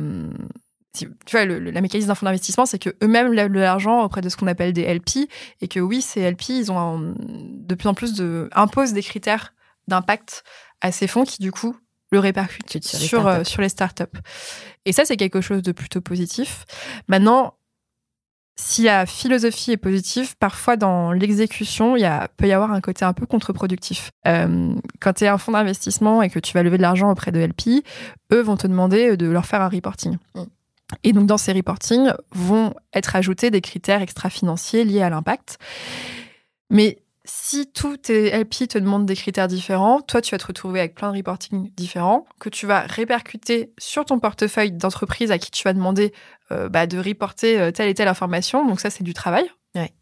Tu vois, le, le, la mécanisme d'un fonds d'investissement, c'est qu'eux-mêmes lèvent de l'argent auprès de ce qu'on appelle des L P. Et que oui, ces L P, ils ont un, de plus en plus de, imposent des critères d'impact à ces fonds qui, du coup, le répercutent sur, sur, euh, sur les startups. Et ça, c'est quelque chose de plutôt positif. Maintenant, si la philosophie est positive, parfois dans l'exécution, il y a, peut y avoir un côté un peu contre-productif. Euh, quand tu es un fonds d'investissement et que tu vas lever de l'argent auprès de L P, eux vont te demander de leur faire un reporting. Mm. Et donc, dans ces reportings, vont être ajoutés des critères extra-financiers liés à l'impact. Mais si tous tes L P te demandent des critères différents, toi, tu vas te retrouver avec plein de reportings différents que tu vas répercuter sur ton portefeuille d'entreprise à qui tu vas demander euh, bah, de reporter euh, telle et telle information. Donc ça, c'est du travail. Ouais.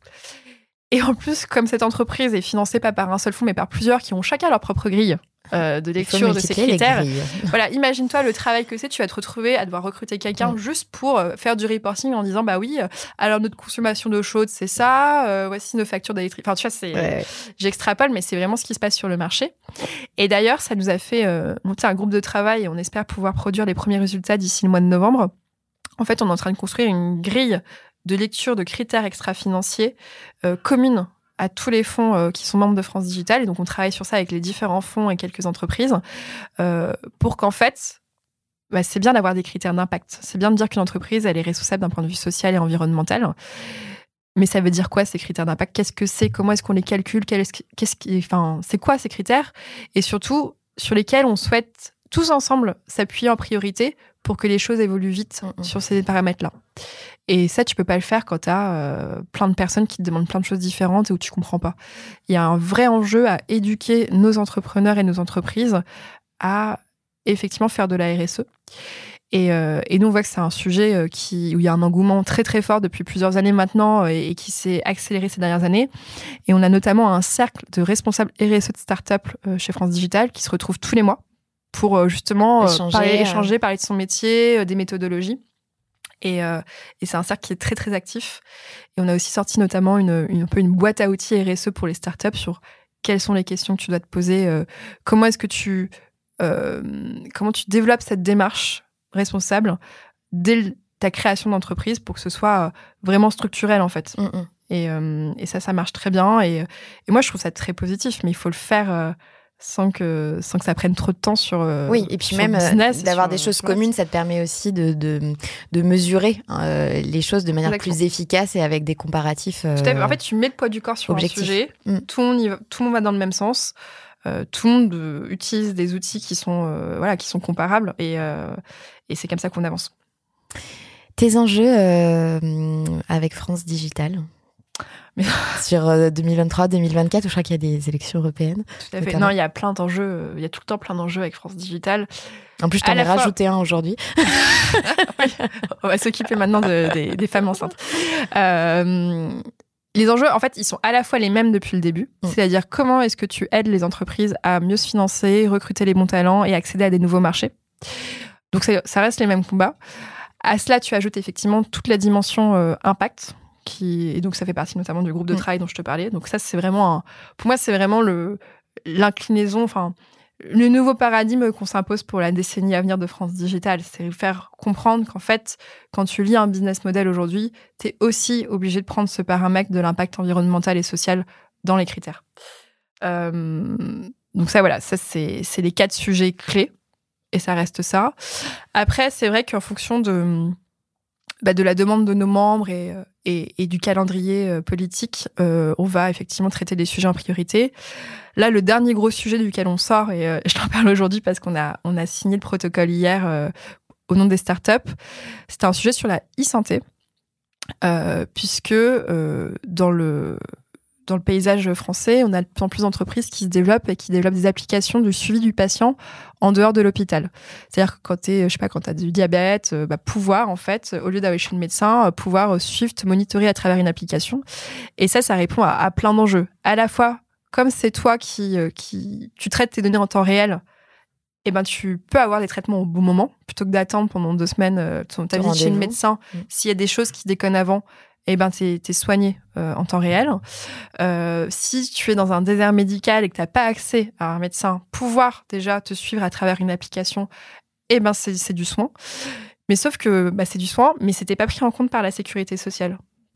Et en plus, comme cette entreprise est financée pas par un seul fonds, mais par plusieurs qui ont chacun leur propre grille euh, de lecture de ces critères. Voilà, imagine-toi le travail que c'est. Tu vas te retrouver à devoir recruter quelqu'un mmh. juste pour euh, faire du reporting en disant bah oui, euh, alors notre consommation d'eau chaude c'est ça, euh, voici nos factures d'électricité. Enfin, tu vois, c'est, ouais. j'extrapole, mais c'est vraiment ce qui se passe sur le marché. Et d'ailleurs, ça nous a fait euh, monter un groupe de travail et on espère pouvoir produire les premiers résultats d'ici le mois de novembre. En fait, on est en train de construire une grille de lecture de critères extra-financiers euh, communes à tous les fonds euh, qui sont membres de France Digital. Et donc, on travaille sur ça avec les différents fonds et quelques entreprises euh, pour qu'en fait, bah, c'est bien d'avoir des critères d'impact. C'est bien de dire qu'une entreprise, elle est responsable d'un point de vue social et environnemental. Mais ça veut dire quoi, ces critères d'impact ? Qu'est-ce que c'est ? Comment est-ce qu'on les calcule ? Qu'est-ce qu'est-ce qui, enfin, c'est quoi ces critères ? Et surtout, sur lesquels on souhaite tous ensemble s'appuyer en priorité pour que les choses évoluent vite mmh. sur ces paramètres-là. Et ça, tu peux pas le faire quand tu as euh, plein de personnes qui te demandent plein de choses différentes et où tu comprends pas. Il y a un vrai enjeu à éduquer nos entrepreneurs et nos entreprises à effectivement faire de la R S E. Et, euh, et nous, on voit que c'est un sujet euh, qui, où il y a un engouement très très fort depuis plusieurs années maintenant et, et qui s'est accéléré ces dernières années. Et on a notamment un cercle de responsables R S E de start-up euh, chez France Digital qui se retrouvent tous les mois pour euh, justement euh, échanger, parler, euh... échanger, parler de son métier, euh, des méthodologies. Et, euh, et c'est un cercle qui est très, très actif. Et on a aussi sorti notamment une, une, un peu une boîte à outils R S E pour les startups sur quelles sont les questions que tu dois te poser, euh, comment est-ce que tu, euh, comment tu développes cette démarche responsable dès ta création d'entreprise pour que ce soit vraiment structurel, en fait. Mm-hmm. Et, euh, et ça, ça marche très bien. Et, et moi, je trouve ça très positif, mais il faut le faire... Euh, sans que sans que ça prenne trop de temps sur euh, oui et puis même business, d'avoir sur, des choses communes, ça te permet aussi de de, de mesurer euh, les choses de manière Exactement. Plus efficace et avec des comparatifs euh, tout à fait. En fait, tu mets le poids du corps sur objectif. Un sujet, mm. tout le monde y va, tout le monde va dans le même sens, euh, tout le monde euh, utilise des outils qui sont euh, voilà qui sont comparables et euh, et c'est comme ça qu'on avance. Tes enjeux euh, avec France Digital Mais... sur euh, deux mille vingt-trois deux mille vingt-quatre, je crois qu'il y a des élections européennes. Tout à fait. Notamment. Non, il y a plein d'enjeux. Il y a tout le temps plein d'enjeux avec France Digital. En plus, je t'en ai rajouté fois... un aujourd'hui. Oui, on va s'occuper maintenant de, des, des femmes enceintes. Euh, les enjeux, en fait, ils sont à la fois les mêmes depuis le début. Mmh. C'est-à-dire, comment est-ce que tu aides les entreprises à mieux se financer, recruter les bons talents et accéder à des nouveaux marchés. Donc, ça, ça reste les mêmes combats. À cela, tu ajoutes effectivement toute la dimension euh, impact. Qui, et donc, ça fait partie notamment du groupe de travail dont je te parlais. Donc, ça, c'est vraiment, un, pour moi, c'est vraiment le, l'inclinaison, enfin, le nouveau paradigme qu'on s'impose pour la décennie à venir de France Digital. C'est faire comprendre qu'en fait, quand tu lis un business model aujourd'hui, tu es aussi obligé de prendre ce paramètre de l'impact environnemental et social dans les critères. Euh, donc, ça, voilà, ça, c'est, c'est les quatre sujets clés. Et ça reste ça. Après, c'est vrai qu'en fonction de. Bah de la demande de nos membres et, et, et du calendrier euh, politique, euh, on va effectivement traiter des sujets en priorité. Là, le dernier gros sujet duquel on sort, et euh, je t'en parle aujourd'hui parce qu'on a, on a signé le protocole hier euh, au nom des startups, c'était un sujet sur la e-santé, euh, puisque euh, dans le... Dans le paysage français, on a de plus en plus d'entreprises qui se développent et qui développent des applications de suivi du patient en dehors de l'hôpital. C'est-à-dire que quand t'es, je sais pas, quand t'as du diabète, bah, pouvoir, en fait, au lieu d'aller chez le médecin, pouvoir suivre, te monitorer à travers une application. Et ça, ça répond à, à plein d'enjeux. À la fois, comme c'est toi qui, qui, tu traites tes données en temps réel, eh ben, tu peux avoir des traitements au bon moment, plutôt que d'attendre pendant deux semaines ton, ta visite chez le médecin. Mmh. S'il y a des choses qui déconnent avant, eh ben, t'es, t'es soigné euh, en temps réel. Euh, si tu es dans un désert médical et que t'as pas accès à un médecin, pouvoir déjà te suivre à travers une application, eh ben, c'est, c'est du soin. Mais sauf que bah, c'est du soin, mais c'était pas pris en compte par la sécurité sociale.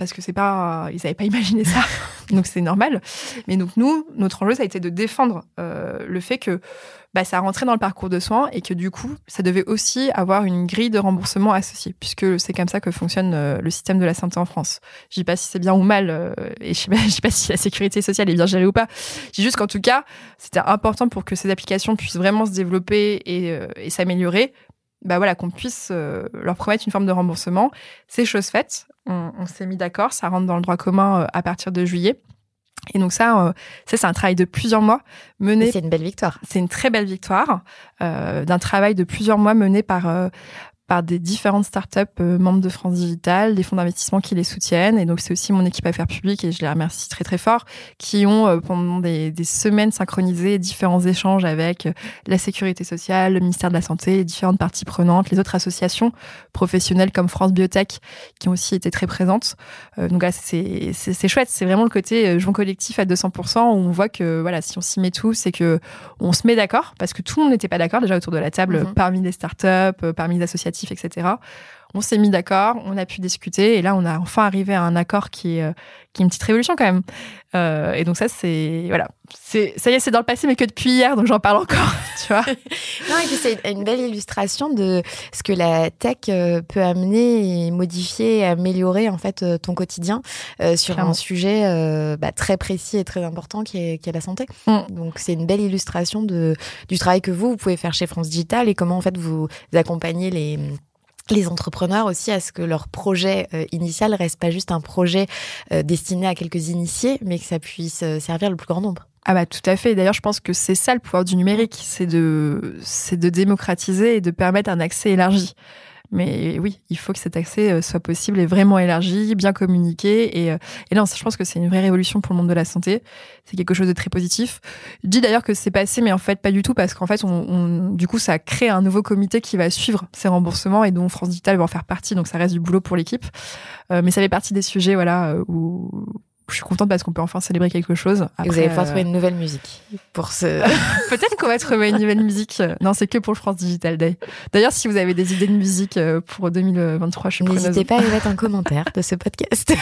parce que c'est pas, ils n'avaient pas imaginé ça, donc c'est normal. Mais donc nous, notre enjeu, ça a été de défendre euh, le fait que bah, ça rentrait dans le parcours de soins et que du coup, ça devait aussi avoir une grille de remboursement associée, puisque c'est comme ça que fonctionne euh, le système de la santé en France. Je dis pas si c'est bien ou mal, euh, et je sais pas, je sais pas si la sécurité sociale est bien gérée ou pas. Je dis juste qu'en tout cas, c'était important pour que ces applications puissent vraiment se développer et, euh, et s'améliorer. Bah voilà, qu'on puisse euh, leur promettre une forme de remboursement. C'est chose faite. On, on s'est mis d'accord. Ça rentre dans le droit commun euh, à partir de juillet. Et donc ça, euh, ça c'est un travail de plusieurs mois mené. Et c'est une belle victoire. C'est une très belle victoire euh, d'un travail de plusieurs mois mené par euh, par des différentes startups euh, membres de France Digital, des fonds d'investissement qui les soutiennent. Et donc, c'est aussi mon équipe Affaires publiques, et je les remercie très, très fort, qui ont, euh, pendant des, des semaines, synchronisé différents échanges avec euh, la sécurité sociale, le ministère de la Santé, les différentes parties prenantes, les autres associations professionnelles comme France Biotech, qui ont aussi été très présentes. Euh, donc là, c'est, c'est, c'est chouette. C'est vraiment le côté euh, joint collectif à deux cents pour cent, où on voit que, voilà, si on s'y met tous, c'est que on se met d'accord, parce que tout le monde n'était pas d'accord déjà autour de la table, mmh. parmi les startups, euh, parmi les associations, et cetera. On s'est mis d'accord, on a pu discuter, et là, on a enfin arrivé à un accord qui est, qui est une petite révolution quand même. Euh, et donc ça, c'est voilà, c'est ça y est, c'est dans le passé, mais que depuis hier, donc j'en parle encore, tu vois. Non, et puis c'est une belle illustration de ce que la tech peut amener et modifier et améliorer en fait ton quotidien euh, sur Clairement. un sujet euh, bah, très précis et très important qui est, qui est la santé. Mm. Donc c'est une belle illustration de du travail que vous vous pouvez faire chez France Digital et comment en fait vous accompagnez les les entrepreneurs aussi à ce que leur projet euh, initial reste pas juste un projet euh, destiné à quelques initiés, mais que ça puisse euh, servir le plus grand nombre. Ah bah tout à fait. D'ailleurs, je pense que c'est ça le pouvoir du numérique, c'est de c'est de démocratiser et de permettre un accès élargi. Mais oui, il faut que cet accès soit possible et vraiment élargi, bien communiqué. Et, et là, je pense que c'est une vraie révolution pour le monde de la santé. C'est quelque chose de très positif. Je dis d'ailleurs que c'est passé, mais en fait, pas du tout, parce qu'en fait, on, on, du coup, ça crée un nouveau comité qui va suivre ces remboursements et dont France Digital va en faire partie. Donc, ça reste du boulot pour l'équipe. Euh, mais ça fait partie des sujets, voilà, où je suis contente parce qu'on peut enfin célébrer quelque chose. Après, et vous allez pouvoir euh... trouver une nouvelle musique pour ce... Peut-être qu'on va trouver une nouvelle musique. Non, c'est que pour le France Digital Day. D'ailleurs, si vous avez des idées de musique pour deux mille vingt-trois, je suis preneuse. N'hésitez pas à y mettre un commentaire de ce podcast.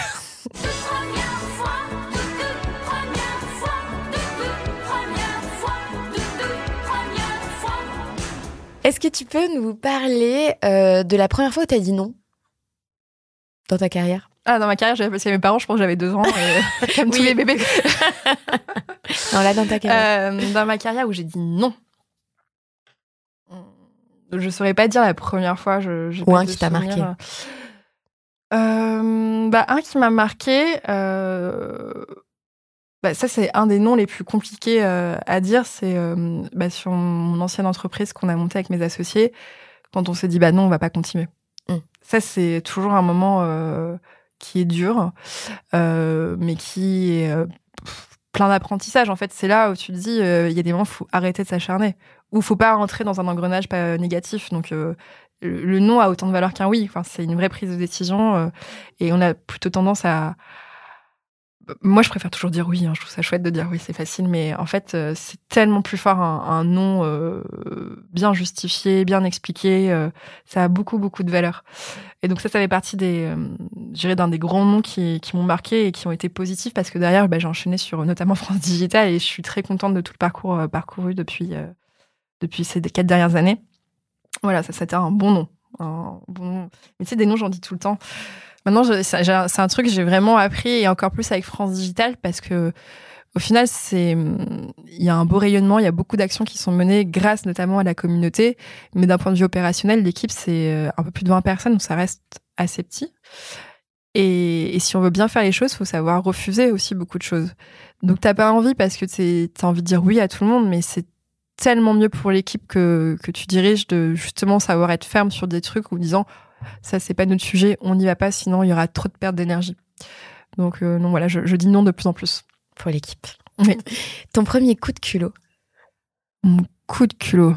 Est-ce que tu peux nous parler euh, de la première fois où tu as dit non dans ta carrière? Ah, dans ma carrière, j'avais passé à mes parents, je pense que j'avais deux ans, et, comme oui. tous les bébés. Non, là, dans ta carrière. Euh, dans ma carrière où j'ai dit non. Je saurais pas dire la première fois. Je, Ou un qui t'a marqué. Euh, bah, un qui m'a marqué, euh, bah, ça, c'est un des noms les plus compliqués euh, à dire. C'est euh, bah, sur mon ancienne entreprise qu'on a montée avec mes associés, quand on s'est dit, bah non, on va pas continuer. Mm. Ça, c'est toujours un moment... Euh, qui est dur, euh, mais qui est euh, plein d'apprentissage. En fait, c'est là où tu te dis, il euh, y a des moments où il faut arrêter de s'acharner, où il faut pas rentrer dans un engrenage pas négatif. Donc, euh, le, le non a autant de valeur qu'un oui. Enfin, c'est une vraie prise de décision, euh, et on a plutôt tendance à... Moi, je préfère toujours dire oui. Hein. Je trouve ça chouette de dire oui, c'est facile, mais en fait, euh, c'est tellement plus fort un, un non euh, bien justifié, bien expliqué. Euh, ça a beaucoup, beaucoup de valeur. Et donc ça, ça fait partie des, euh, je dirais, d'un des grands noms qui, qui m'ont marqué et qui ont été positifs, parce que derrière, bah, j'ai enchaîné sur notamment France Digital, et je suis très contente de tout le parcours euh, parcouru depuis euh, depuis ces quatre dernières années. Voilà, ça, c'était un bon nom. Un bon nom. Mais tu sais, des noms, j'en dis tout le temps. Maintenant, je, c'est, c'est un truc que j'ai vraiment appris, et encore plus avec France Digital, parce que au final, c'est, il y a un beau rayonnement, il y a beaucoup d'actions qui sont menées grâce notamment à la communauté. Mais d'un point de vue opérationnel, l'équipe, c'est un peu plus de vingt personnes, donc ça reste assez petit. Et, et si on veut bien faire les choses, il faut savoir refuser aussi beaucoup de choses. Donc t'as pas envie parce que t'as envie de dire oui à tout le monde, mais c'est tellement mieux pour l'équipe que, que tu diriges de justement savoir être ferme sur des trucs ou disant ça, c'est pas notre sujet, on n'y va pas, sinon il y aura trop de perte d'énergie. Donc euh, non, voilà, je, je dis non de plus en plus. Pour l'équipe. Oui. Ton premier coup de culot? Mon coup de culot.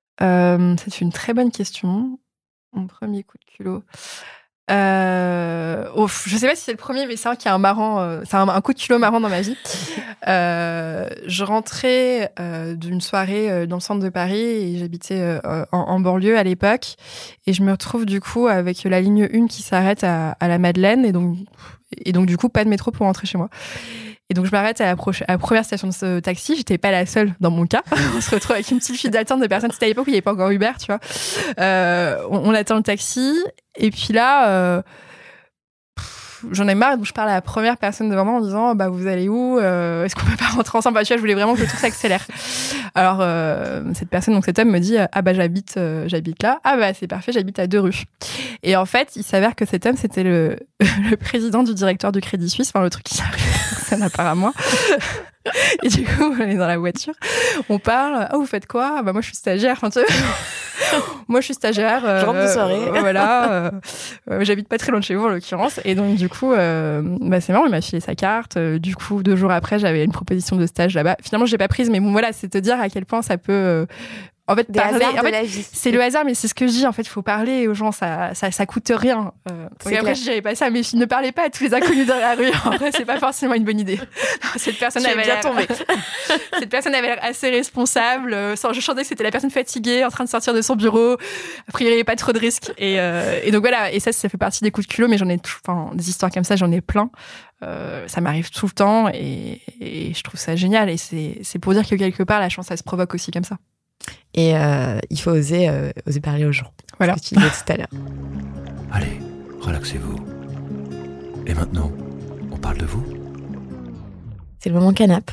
Euh, c'est une très bonne question. Mon premier coup de culot. Euh... Euh, oh, je sais pas si c'est le premier, mais c'est un qui a un marrant, euh, c'est un, un coup de culot marrant dans ma vie. Euh, je rentrais euh, d'une soirée euh, dans le centre de Paris et j'habitais euh, en, en banlieue à l'époque. Et je me retrouve du coup avec la ligne un qui s'arrête à, à la Madeleine. Et donc, et donc, du coup, pas de métro pour rentrer chez moi. Et donc, je m'arrête à la, pro- à la première station de ce taxi. J'étais pas la seule dans mon cas. On se retrouve avec une petite file d'attente de personnes. C'était à l'époque où il n'y avait pas encore Uber, tu vois. Euh, on, on attend le taxi. Et puis là, euh, pff, j'en ai marre. Donc, je parle à la première personne devant moi en disant bah, vous allez où euh, Est-ce qu'on peut pas rentrer ensemble bah, tu vois, je voulais vraiment que tout s'accélère. Alors, euh, cette personne, donc cet homme me dit ah bah j'habite, euh, j'habite là. Ah bah c'est parfait, j'habite à deux rues. Et en fait, il s'avère que cet homme, c'était le, le président du directoire du Crédit Suisse. Enfin, le truc qui arrive, ça n'a pas à moi. Et du coup, on est dans la voiture, on parle. Ah, vous faites quoi? Bah moi, je suis stagiaire. Enfin, tu sais, moi, je suis stagiaire. Euh, je rentre de soirée. Euh, voilà. Euh, euh, j'habite pas très loin de chez vous, en l'occurrence. Et donc, du coup, euh, bah c'est marrant, il m'a filé sa carte. Euh, du coup, deux jours après, j'avais une proposition de stage là-bas. Finalement, je l'ai pas prise, mais bon, voilà, c'est te dire à quel point ça peut. Euh, En fait, Des parler, hasards en de fait, la vie. c'est le hasard, mais c'est ce que je dis. En fait, il faut parler aux gens, ça, ça, ça coûte rien. Euh, C'est après, clair. je dirais pas ça, mais ne parlez pas à tous les inconnus dans la rue. En vrai, c'est pas forcément une bonne idée. Cette personne Tu es avait bien l'air- tombée. Cette personne avait l'air assez responsable. Euh, sans- Je chantais que c'était la personne fatiguée, en train de sortir de son bureau. A priori, il n'y avait pas trop de risques. Et, euh, et donc voilà. Et ça, ça fait partie des coups de culot, mais j'en ai, tout- enfin, des histoires comme ça, j'en ai plein. Euh, ça m'arrive tout le temps, et, et je trouve ça génial. Et c'est, c'est pour dire que quelque part, la chance, ça se provoque aussi comme ça. Et euh, il faut oser, euh, oser parler aux gens. Voilà. Ce que tu disais tout à l'heure. Allez, relaxez-vous. Et maintenant, on parle de vous? C'est le moment canap.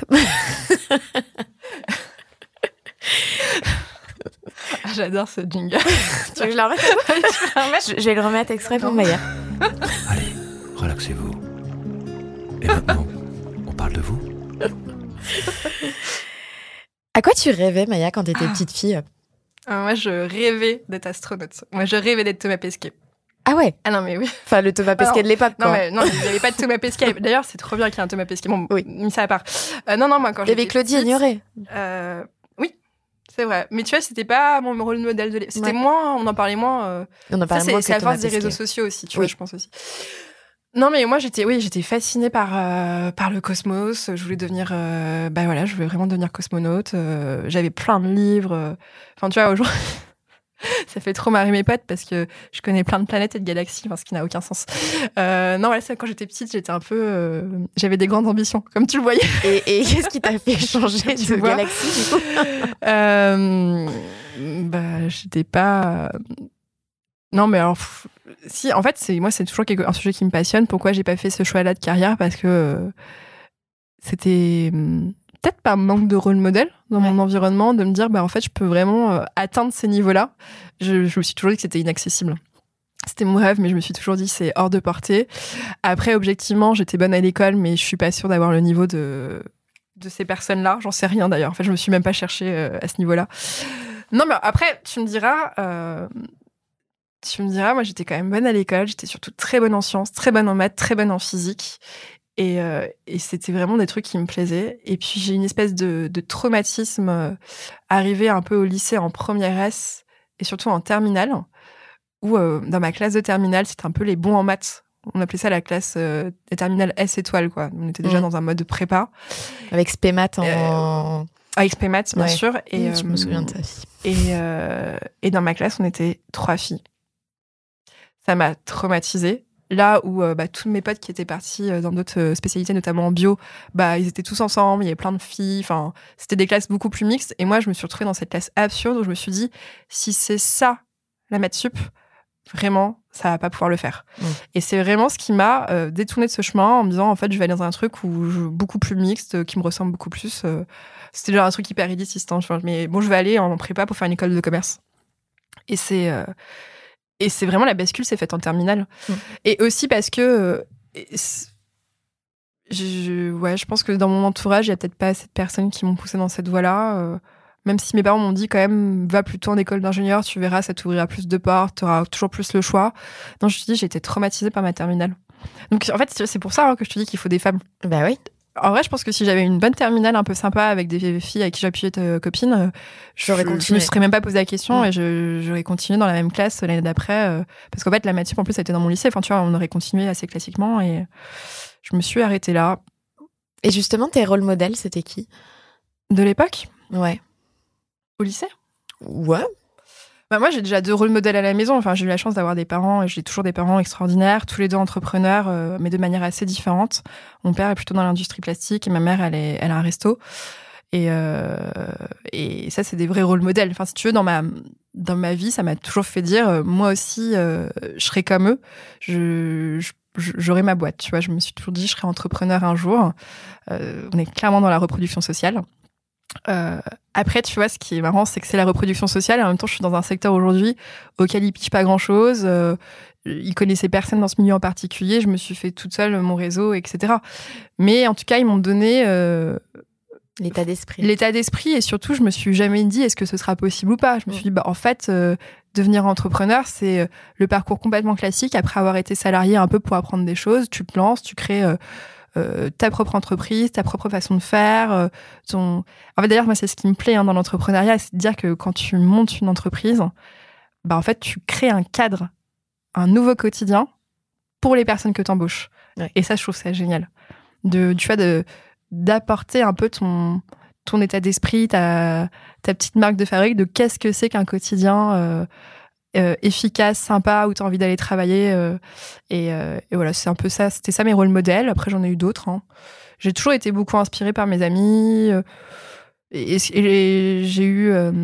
J'adore ce jingle. Tu veux que je la remette je, je vais le remettre exprès pour Maya. Allez, relaxez-vous. Et maintenant, on parle de vous? À quoi tu rêvais, Maya, quand t'étais petite fille? Euh, moi, je rêvais d'être astronaute. Moi, je rêvais d'être Thomas Pesquet. Ah ouais. Ah non, mais oui. Enfin, le Thomas Pesquet non. de l'époque, quoi. Non, mais non, il n'y avait pas de Thomas Pesquet. D'ailleurs, c'est trop bien qu'il y ait un Thomas Pesquet. Bon, Oui. mis ça à part. Euh, non, non, moi, quand Il y avait j'étais Claudie petite, Ignoré. Euh, oui, c'est vrai. Mais tu vois, c'était pas mon rôle modèle de l'époque. C'était Ouais. moins, on en parlait moins. Euh... On en Ça, parlait c'est, moins c'est que à Thomas force des Pesquet. réseaux sociaux aussi, tu Oui. vois, je pense aussi. Non, mais moi, j'étais, oui, j'étais fascinée par, euh, par le cosmos. Je voulais devenir, euh, bah voilà, je voulais vraiment devenir cosmonaute. Euh, j'avais plein de livres. euh. Enfin, tu vois, aujourd'hui, ça fait trop marrer mes potes parce que je connais plein de planètes et de galaxies, enfin, ce qui n'a aucun sens. Euh, non, voilà, ça, quand j'étais petite, j'étais un peu, euh, j'avais des grandes ambitions, comme tu le voyais. Et, et qu'est-ce qui t'a fait changer Tu de vois. galaxie, du coup? Euh, bah, j'étais pas. Non, mais alors, pff, si, en fait, c'est moi, c'est toujours quelque, un sujet qui me passionne. Pourquoi j'ai pas fait ce choix-là de carrière? Parce que euh, c'était hum, peut-être pas un manque de rôle modèle dans Ouais. mon environnement, de me dire, bah, en fait, je peux vraiment euh, atteindre ces niveaux-là. Je, je me suis toujours dit que c'était inaccessible. C'était mon rêve, mais je me suis toujours dit c'est hors de portée. Après, objectivement, j'étais bonne à l'école, mais je suis pas sûre d'avoir le niveau de de ces personnes-là. J'en sais rien d'ailleurs. En fait, je me suis même pas cherchée euh, à ce niveau-là. Non, mais après, tu me diras, euh, tu me diras, moi, j'étais quand même bonne à l'école. J'étais surtout très bonne en sciences, très bonne en maths, très bonne en physique. Et, euh, et c'était vraiment des trucs qui me plaisaient. Et puis, j'ai une espèce de, de traumatisme euh, arrivé un peu au lycée en première S et surtout en terminale, où euh, dans ma classe de terminale, c'était un peu les bons en maths. On appelait ça la classe euh, des terminales S étoile, quoi. On était déjà Mmh. dans un mode de prépa. Avec Spémat en... Avec Spémat, bien Ouais. sûr. Et, Mmh, je me euh, souviens de ça aussi. Et, euh, et dans ma classe, on était trois filles. Ça m'a traumatisée. Là où euh, bah, tous mes potes qui étaient partis euh, dans d'autres euh, spécialités, notamment en bio, bah, ils étaient tous ensemble, il y avait plein de filles. Enfin, c'était des classes beaucoup plus mixtes. Et moi, je me suis retrouvée dans cette classe absurde où je me suis dit, si c'est ça, la maths sup, vraiment, ça va pas pouvoir le faire. Mmh. Et c'est vraiment ce qui m'a euh, détournée de ce chemin en me disant, en fait, je vais aller dans un truc où je, beaucoup plus mixte, euh, qui me ressemble beaucoup plus. Euh, c'était genre un truc hyper élitiste. Hein, je- mais bon, je vais aller en prépa pour faire une école de commerce. Et c'est, euh, et c'est vraiment la bascule s'est faite en terminale. Mmh. Et aussi parce que, euh, et c'est- je, ouais, je pense que dans mon entourage, il y a peut-être pas assez de personnes qui m'ont poussée dans cette voie-là. euh, Même si mes parents m'ont dit quand même, va plutôt en école d'ingénieur, tu verras, ça t'ouvrira plus de portes, tu auras toujours plus le choix. Donc je te dis, j'ai été traumatisée par ma terminale. Donc en fait, c'est pour ça hein, que je te dis qu'il faut des femmes. Bah oui. En vrai, je pense que si j'avais une bonne terminale un peu sympa avec des filles avec qui j'appuyais être copine, j'aurais je, continué. je me serais même pas posé la question mmh. et je, j'aurais continué dans la même classe l'année d'après. Euh, parce qu'en fait, la maths en plus, ça était dans mon lycée. Enfin, tu vois, on aurait continué assez classiquement et je me suis arrêtée là. Et justement, tes rôles modèles, c'était qui ? De l'époque ? Ouais. Au lycée ? Ouais. Bah moi, j'ai déjà deux rôles modèles à la maison. Enfin, j'ai eu la chance d'avoir des parents, et j'ai toujours des parents extraordinaires, tous les deux entrepreneurs, euh, mais de manière assez différente. Mon père est plutôt dans l'industrie plastique et ma mère, elle, est, elle a un resto. Et, euh, et ça, c'est des vrais rôles modèles. Enfin, si tu veux, dans ma, dans ma vie, ça m'a toujours fait dire, euh, moi aussi, euh, je serai comme eux. Je, je, j'aurai ma boîte, tu vois. Je me suis toujours dit, je serai entrepreneur un jour. Euh, on est clairement dans la reproduction sociale. Euh, après, tu vois, ce qui est marrant, c'est que c'est la reproduction sociale et en même temps, je suis dans un secteur aujourd'hui auquel ils pichent pas grand-chose. Euh, ils connaissaient personne dans ce milieu en particulier. Je me suis fait toute seule mon réseau, et cetera. Mais en tout cas, ils m'ont donné euh, l'état d'esprit. L'état d'esprit et surtout, je me suis jamais dit est-ce que ce sera possible ou pas. Je me suis dit, bah, en fait, euh, devenir entrepreneur, c'est le parcours complètement classique. Après avoir été salarié un peu pour apprendre des choses, tu te lances, tu crées... Euh, Euh, ta propre entreprise, ta propre façon de faire. Euh, ton... En fait, d'ailleurs, moi, c'est ce qui me plaît hein, dans l'entrepreneuriat, c'est de dire que quand tu montes une entreprise, bah, en fait, tu crées un cadre, un nouveau quotidien pour les personnes que tu embauches. Ouais. Et ça, je trouve ça génial. De, tu vois, de, d'apporter un peu ton, ton état d'esprit, ta, ta petite marque de fabrique de qu'est-ce que c'est qu'un quotidien euh, Euh, efficace, sympa, où tu as envie d'aller travailler. Euh, et, euh, et voilà, c'est un peu ça. C'était ça mes rôles modèles. Après, j'en ai eu d'autres. Hein. J'ai toujours été beaucoup inspirée par mes amis. Euh, et, et j'ai eu... Euh,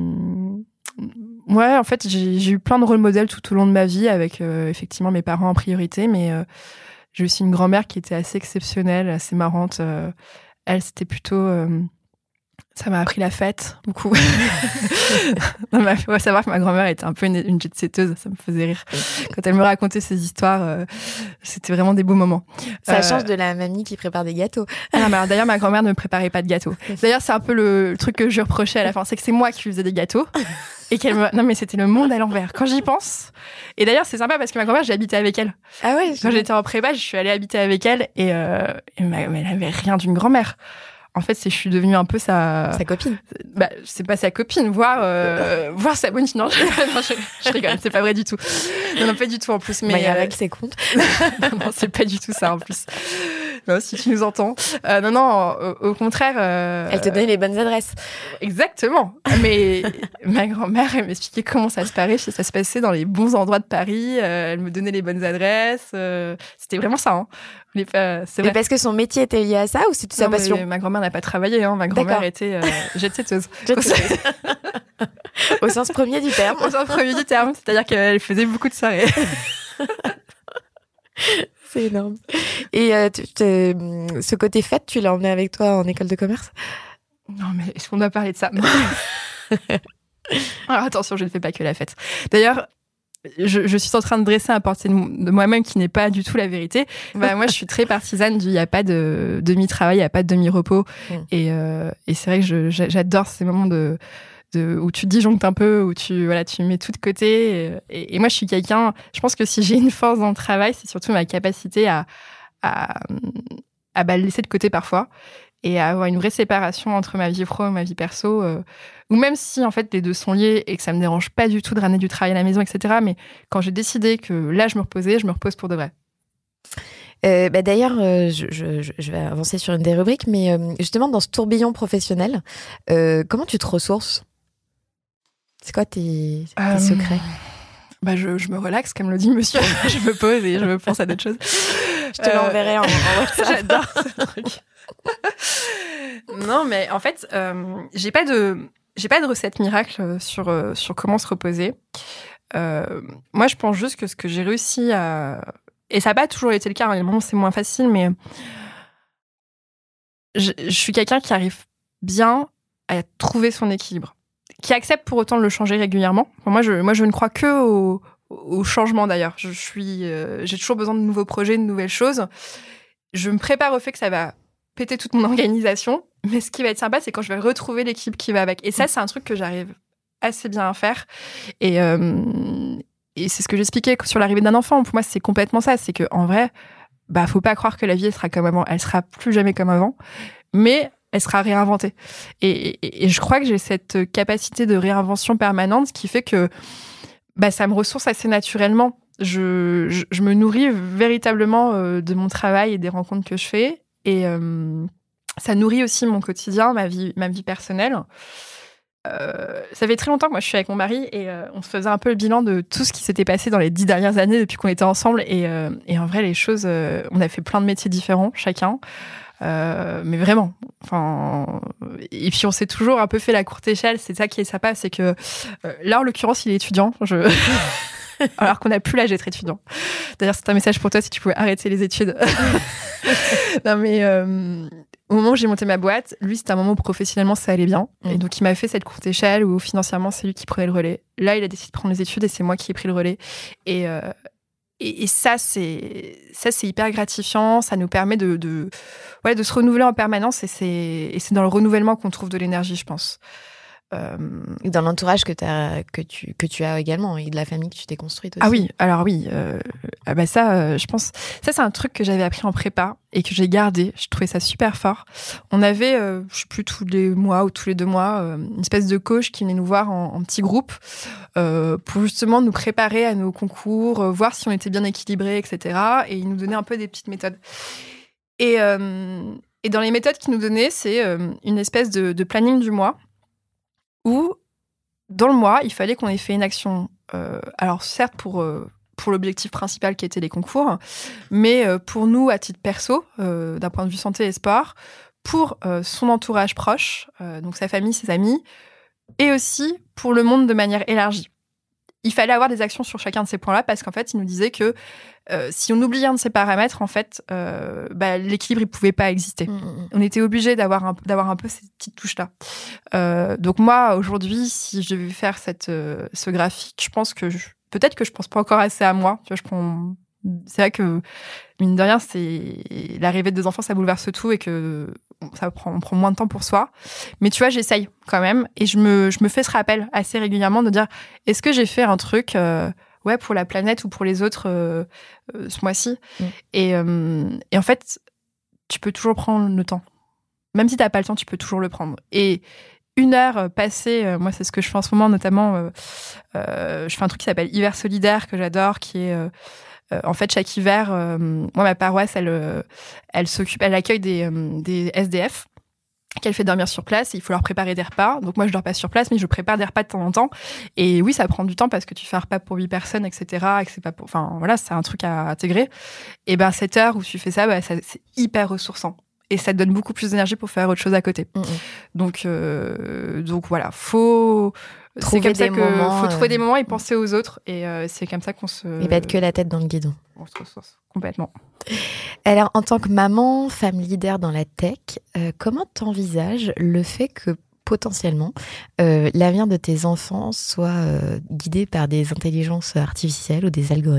ouais, en fait, j'ai, j'ai eu plein de rôles modèles tout au long de ma vie, avec euh, effectivement mes parents en priorité. Mais euh, j'ai aussi une grand-mère qui était assez exceptionnelle, assez marrante. Euh, elle, c'était plutôt... Euh, ça m'a appris la fête, beaucoup. Il faut savoir que ma grand-mère était un peu une, une jet-setteuse, ça me faisait rire. Quand elle me racontait ces histoires, euh, c'était vraiment des beaux moments. Ça euh, change de la mamie qui prépare des gâteaux. Ah, mais alors, d'ailleurs, ma grand-mère ne me préparait pas de gâteaux. D'ailleurs, c'est un peu le, le truc que je lui reprochais à la fin, c'est que c'est moi qui lui faisais des gâteaux. Et qu'elle me... Non, mais c'était le monde à l'envers. Quand j'y pense... Et d'ailleurs, c'est sympa parce que ma grand-mère, j'ai habité avec elle. Ah ouais. Quand j'étais en prépa, je suis allée habiter avec elle et, euh, et ma... mais elle avait rien d'une grand-mère. En fait, c'est je suis devenue un peu sa... Sa copine. Bah, c'est pas sa copine, voire, euh, voire sa bonne... Non, je, non je, je rigole, c'est pas vrai du tout. Non, non, pas du tout en plus. Mais bah, y a euh... elle, c'est compte. non, non, c'est pas du tout ça en plus. Non, si tu nous entends. Euh, non, non, au, au contraire... Euh... Elle te donnait les bonnes adresses. Exactement. Mais ma grand-mère, elle m'expliquait comment ça se passait, ça se passait dans les bons endroits de Paris. Euh, elle me donnait les bonnes adresses. Euh... C'était vraiment ça, hein. Mais, euh, c'est vrai. Mais parce que son métier était lié à ça ou c'était sa non, passion? Ma grand-mère n'a pas travaillé, hein. Ma grand-mère D'accord. était euh, jet-setteuse. Jet-setteuse. Au sens premier du terme. Au sens premier du terme, c'est-à-dire qu'elle faisait beaucoup de soirées. C'est énorme. Et euh, tu, te, ce côté fête, tu l'as emmené avec toi en école de commerce? Non, mais est-ce qu'on doit parler de ça? Alors attention, je ne fais pas que la fête. D'ailleurs, Je, je suis en train de dresser un portrait de moi-même qui n'est pas du tout la vérité. Bah, moi, je suis très partisane du il n'y a pas de demi-travail, il n'y a pas de demi-repos. Mm. Et, euh, et c'est vrai que je, j'adore ces moments de, de, où tu disjonctes un peu, où tu, voilà, tu mets tout de côté. Et, et moi, je suis quelqu'un... Je pense que si j'ai une force dans le travail, c'est surtout ma capacité à, à, à bah, le laisser de côté parfois et à avoir une vraie séparation entre ma vie pro et ma vie perso. Euh, ou même si, en fait, les deux sont liés et que ça me dérange pas du tout de ramener du travail à la maison, et cetera. Mais quand j'ai décidé que là, je me reposais, je me repose pour de vrai. Euh, bah d'ailleurs, euh, je, je, je vais avancer sur une des rubriques, mais euh, justement, dans ce tourbillon professionnel, euh, comment tu te ressources? C'est quoi tes, tes euh, secrets? Bah je, je me relaxe, comme le dit monsieur. Je me pose et je me pense à d'autres choses. Je te euh... l'enverrai en, en WhatsApp. J'adore ce truc. Non, mais en fait, euh, j'ai pas de... J'ai pas de recette miracle sur, euh, sur comment se reposer. Euh, moi, je pense juste que ce que j'ai réussi à... Et ça n'a pas toujours été le cas, hein, les moments c'est moins facile, mais je, je suis quelqu'un qui arrive bien à trouver son équilibre, qui accepte pour autant de le changer régulièrement. Enfin, moi, je, moi, je ne crois que au, au changement, d'ailleurs. Je, je suis, euh, j'ai toujours besoin de nouveaux projets, de nouvelles choses. Je me prépare au fait que ça va péter toute mon organisation. Mais ce qui va être sympa, c'est quand je vais retrouver l'équipe qui va avec. Et ça, c'est un truc que j'arrive assez bien à faire. Et, euh, et c'est ce que j'expliquais sur l'arrivée d'un enfant. Pour moi, c'est complètement ça. C'est qu'en vrai, bah, faut pas croire que la vie, elle sera comme avant. Elle sera plus jamais comme avant, mais elle sera réinventée. Et, et, et je crois que j'ai cette capacité de réinvention permanente, ce qui fait que bah, ça me ressource assez naturellement. Je, je, je me nourris véritablement euh, de mon travail et des rencontres que je fais. Et euh, ça nourrit aussi mon quotidien, ma vie, ma vie personnelle. Euh, ça fait très longtemps que moi je suis avec mon mari et euh, on se faisait un peu le bilan de tout ce qui s'était passé dans les dix dernières années depuis qu'on était ensemble. Et, euh, et en vrai, les choses, euh, on a fait plein de métiers différents, chacun. Euh, mais vraiment, enfin, et puis on s'est toujours un peu fait la courte échelle. C'est ça qui est sympa, c'est que euh, là, en l'occurrence, il est étudiant, je... alors qu'on n'a plus l'âge d'être étudiant. D'ailleurs, c'est un message pour toi si tu pouvais arrêter les études. Non, mais euh, au moment où j'ai monté ma boîte, lui, c'était un moment où professionnellement ça allait bien, mmh. et donc il m'a fait cette courte échelle où financièrement c'est lui qui prenait le relais. Là, il a décidé de prendre les études et c'est moi qui ai pris le relais. Et euh, Et, et ça, c'est, ça, c'est hyper gratifiant. Ça nous permet de, de, ouais, de se renouveler en permanence. Et c'est, et c'est dans le renouvellement qu'on trouve de l'énergie, je pense. Euh... Dans l'entourage que, t'as, que, tu, que tu as également, et de la famille que tu t'es construite aussi. Ah oui, alors oui. Euh, ah bah ça, euh, je pense... Ça, c'est un truc que j'avais appris en prépa et que j'ai gardé. Je trouvais ça super fort. On avait, euh, je sais plus, tous les mois ou tous les deux mois, euh, une espèce de coach qui venait nous voir en, en petits groupes euh, pour justement nous préparer à nos concours, euh, voir si on était bien équilibrés, et cetera. Et il nous donnait un peu des petites méthodes. Et, euh, et dans les méthodes qu'il nous donnait, c'est euh, une espèce de, de planning du mois où, dans le mois, il fallait qu'on ait fait une action, euh, alors certes pour, euh, pour l'objectif principal qui était les concours, mais euh, pour nous, à titre perso, euh, d'un point de vue santé et sport, pour euh, son entourage proche, euh, donc sa famille, ses amis, et aussi pour le monde de manière élargie. Il fallait avoir des actions sur chacun de ces points-là parce qu'en fait, il nous disait que euh, si on oubliait un de ces paramètres, en fait, euh, bah, l'équilibre il pouvait pas exister. Mmh. On était obligé d'avoir un, d'avoir un peu ces petites touches-là. Euh, donc moi, aujourd'hui, si je devais faire cette, euh, ce graphique, je pense que je, peut-être que je pense pas encore assez à moi. Tu vois, je prends, c'est vrai que mine de rien, c'est l'arrivée de deux enfants, ça bouleverse tout et que ça prend, on prend moins de temps pour soi. Mais tu vois, j'essaye quand même et je me, je me fais ce rappel assez régulièrement de dire est-ce que j'ai fait un truc euh, ouais, pour la planète ou pour les autres euh, euh, ce mois-ci. Mmh. Et, euh, et en fait, tu peux toujours prendre le temps. Même si tu n'as pas le temps, tu peux toujours le prendre. Et une heure passée, euh, moi, c'est ce que je fais en ce moment, notamment, euh, euh, je fais un truc qui s'appelle Hiver solidaire, que j'adore, qui est... Euh, euh, en fait, chaque hiver, euh, moi, ma paroisse, elle, euh, elle s'occupe, elle accueille des, euh, des S D F qu'elle fait dormir sur place et il faut leur préparer des repas. Donc moi, je dors pas sur place, mais je prépare des repas de temps en temps. Et oui, ça prend du temps parce que tu fais un repas pour huit personnes, et cetera. Et que c'est pas pour... Enfin, voilà, c'est un truc à intégrer. Et ben, cette heure où tu fais ça, bah, ça c'est hyper ressourçant. Et ça te donne beaucoup plus d'énergie pour faire autre chose à côté. Mmh. Donc, euh, donc voilà, faut... Trouver c'est comme des ça que moments, faut trouver euh... des moments et penser aux autres. Et euh, c'est comme ça qu'on se... Et pas être que la tête dans le guidon. On se ressource complètement. Alors, en tant que maman, femme leader dans la tech, euh, comment t'envisages le fait que potentiellement euh, l'avenir de tes enfants soit euh, guidé par des intelligences artificielles ou des algorithmes ?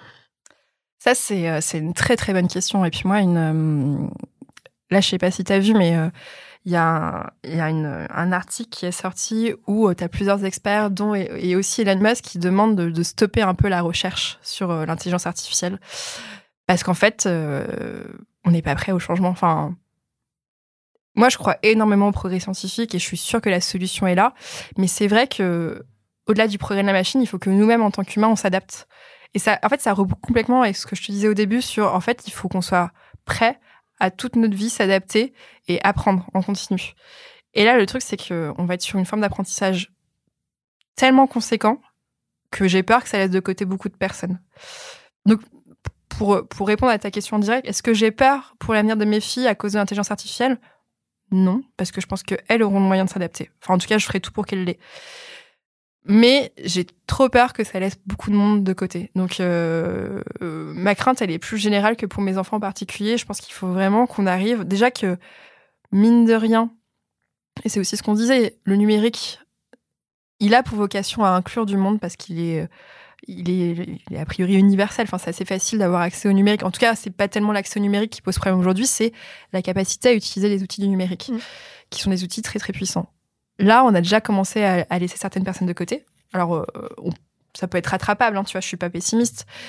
Ça, c'est, euh, c'est une très très bonne question. Et puis moi, une, euh, là, je sais pas si t'as vu, mais il euh, y a, un, y a une, un article qui est sorti où euh, t'as plusieurs experts, dont et, et aussi Elon Musk, qui demandent de, de stopper un peu la recherche sur euh, l'intelligence artificielle. Parce qu'en fait, euh, on n'est pas prêt au changement. Enfin, moi, je crois énormément au progrès scientifique et je suis sûre que la solution est là. Mais c'est vrai que, au-delà du progrès de la machine, il faut que nous-mêmes, en tant qu'humains, on s'adapte. Et ça, en fait, ça reboucle complètement avec ce que je te disais au début sur, en fait, il faut qu'on soit prêt à toute notre vie s'adapter et apprendre en continu. Et là, le truc, c'est qu'on va être sur une forme d'apprentissage tellement conséquent que j'ai peur que ça laisse de côté beaucoup de personnes. Donc, pour, pour répondre à ta question en direct, est-ce que j'ai peur pour l'avenir de mes filles à cause de l'intelligence artificielle ? Non, parce que je pense qu'elles auront le moyen de s'adapter. Enfin, en tout cas, je ferai tout pour qu'elles l'aient. Mais j'ai trop peur que ça laisse beaucoup de monde de côté. Donc, euh, euh, ma crainte, elle est plus générale que pour mes enfants en particulier. Je pense qu'il faut vraiment qu'on arrive... Déjà que, mine de rien, et c'est aussi ce qu'on disait, le numérique, il a pour vocation à inclure du monde parce qu'il est... Il est, il est a priori universel. Enfin, c'est assez facile d'avoir accès au numérique. En tout cas, c'est pas tellement l'accès au numérique qui pose problème aujourd'hui, c'est la capacité à utiliser les outils du numérique, mmh. qui sont des outils très, très puissants. Là, on a déjà commencé à, à laisser certaines personnes de côté. Alors, euh, on, ça peut être rattrapable, hein, tu vois, je suis pas pessimiste.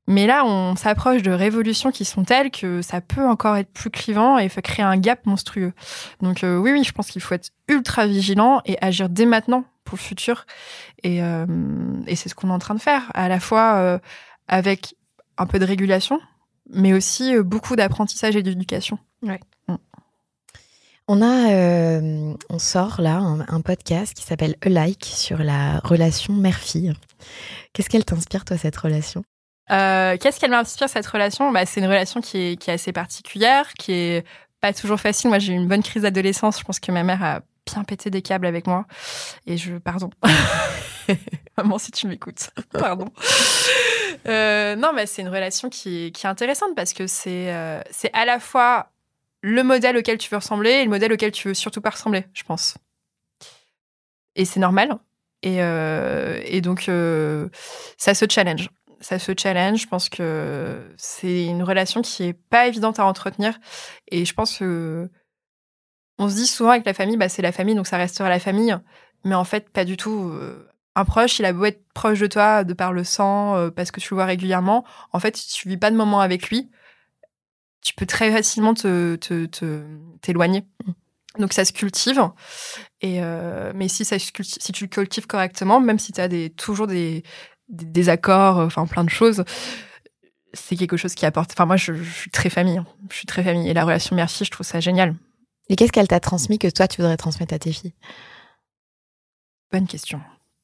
Mais là, on s'approche de révolutions qui sont telles que ça peut encore être plus clivant et fait créer un gap monstrueux. Donc euh, oui, oui, je pense qu'il faut être ultra vigilant et agir dès maintenant pour le futur. Et, euh, et c'est ce qu'on est en train de faire, à la fois euh, avec un peu de régulation, mais aussi euh, beaucoup d'apprentissage et d'éducation. Ouais. Mm. On a, euh, on sort là un, un podcast qui s'appelle Alike sur la relation mère-fille. Qu'est-ce qu'elle t'inspire, toi, cette relation ? Euh, qu'est-ce qu'elle m'inspire, cette relation ? Bah, c'est une relation qui est, qui est assez particulière, qui est pas toujours facile. Moi, j'ai eu une bonne crise d'adolescence. Je pense que ma mère a bien pété des câbles avec moi. Et je... Pardon. Maman, si tu m'écoutes. Pardon. Euh, non, mais c'est une relation qui est, qui est intéressante parce que c'est, euh, c'est à la fois le modèle auquel tu veux ressembler et le modèle auquel tu veux surtout pas ressembler, je pense. Et c'est normal. Et, euh, et donc, euh, ça se challenge. Ça se challenge. Je pense que c'est une relation qui est pas évidente à entretenir. Et je pense que on se dit souvent avec la famille, bah, c'est la famille, donc ça restera la famille. Mais en fait, pas du tout. Un proche, il a beau être proche de toi de par le sang, euh, parce que tu le vois régulièrement. En fait, si tu vis pas de moment avec lui, tu peux très facilement te, te, te, t'éloigner. Donc ça se cultive. Et euh, mais si, ça se cultive, si tu le cultives correctement, même si tu as des, toujours des des désaccords, enfin plein de choses, c'est quelque chose qui apporte... Enfin moi, je, je suis très famille. Je suis très famille. Et la relation mère-fille, je trouve ça génial. Et qu'est-ce qu'elle t'a transmis que toi, tu voudrais transmettre à tes filles ? Bonne question.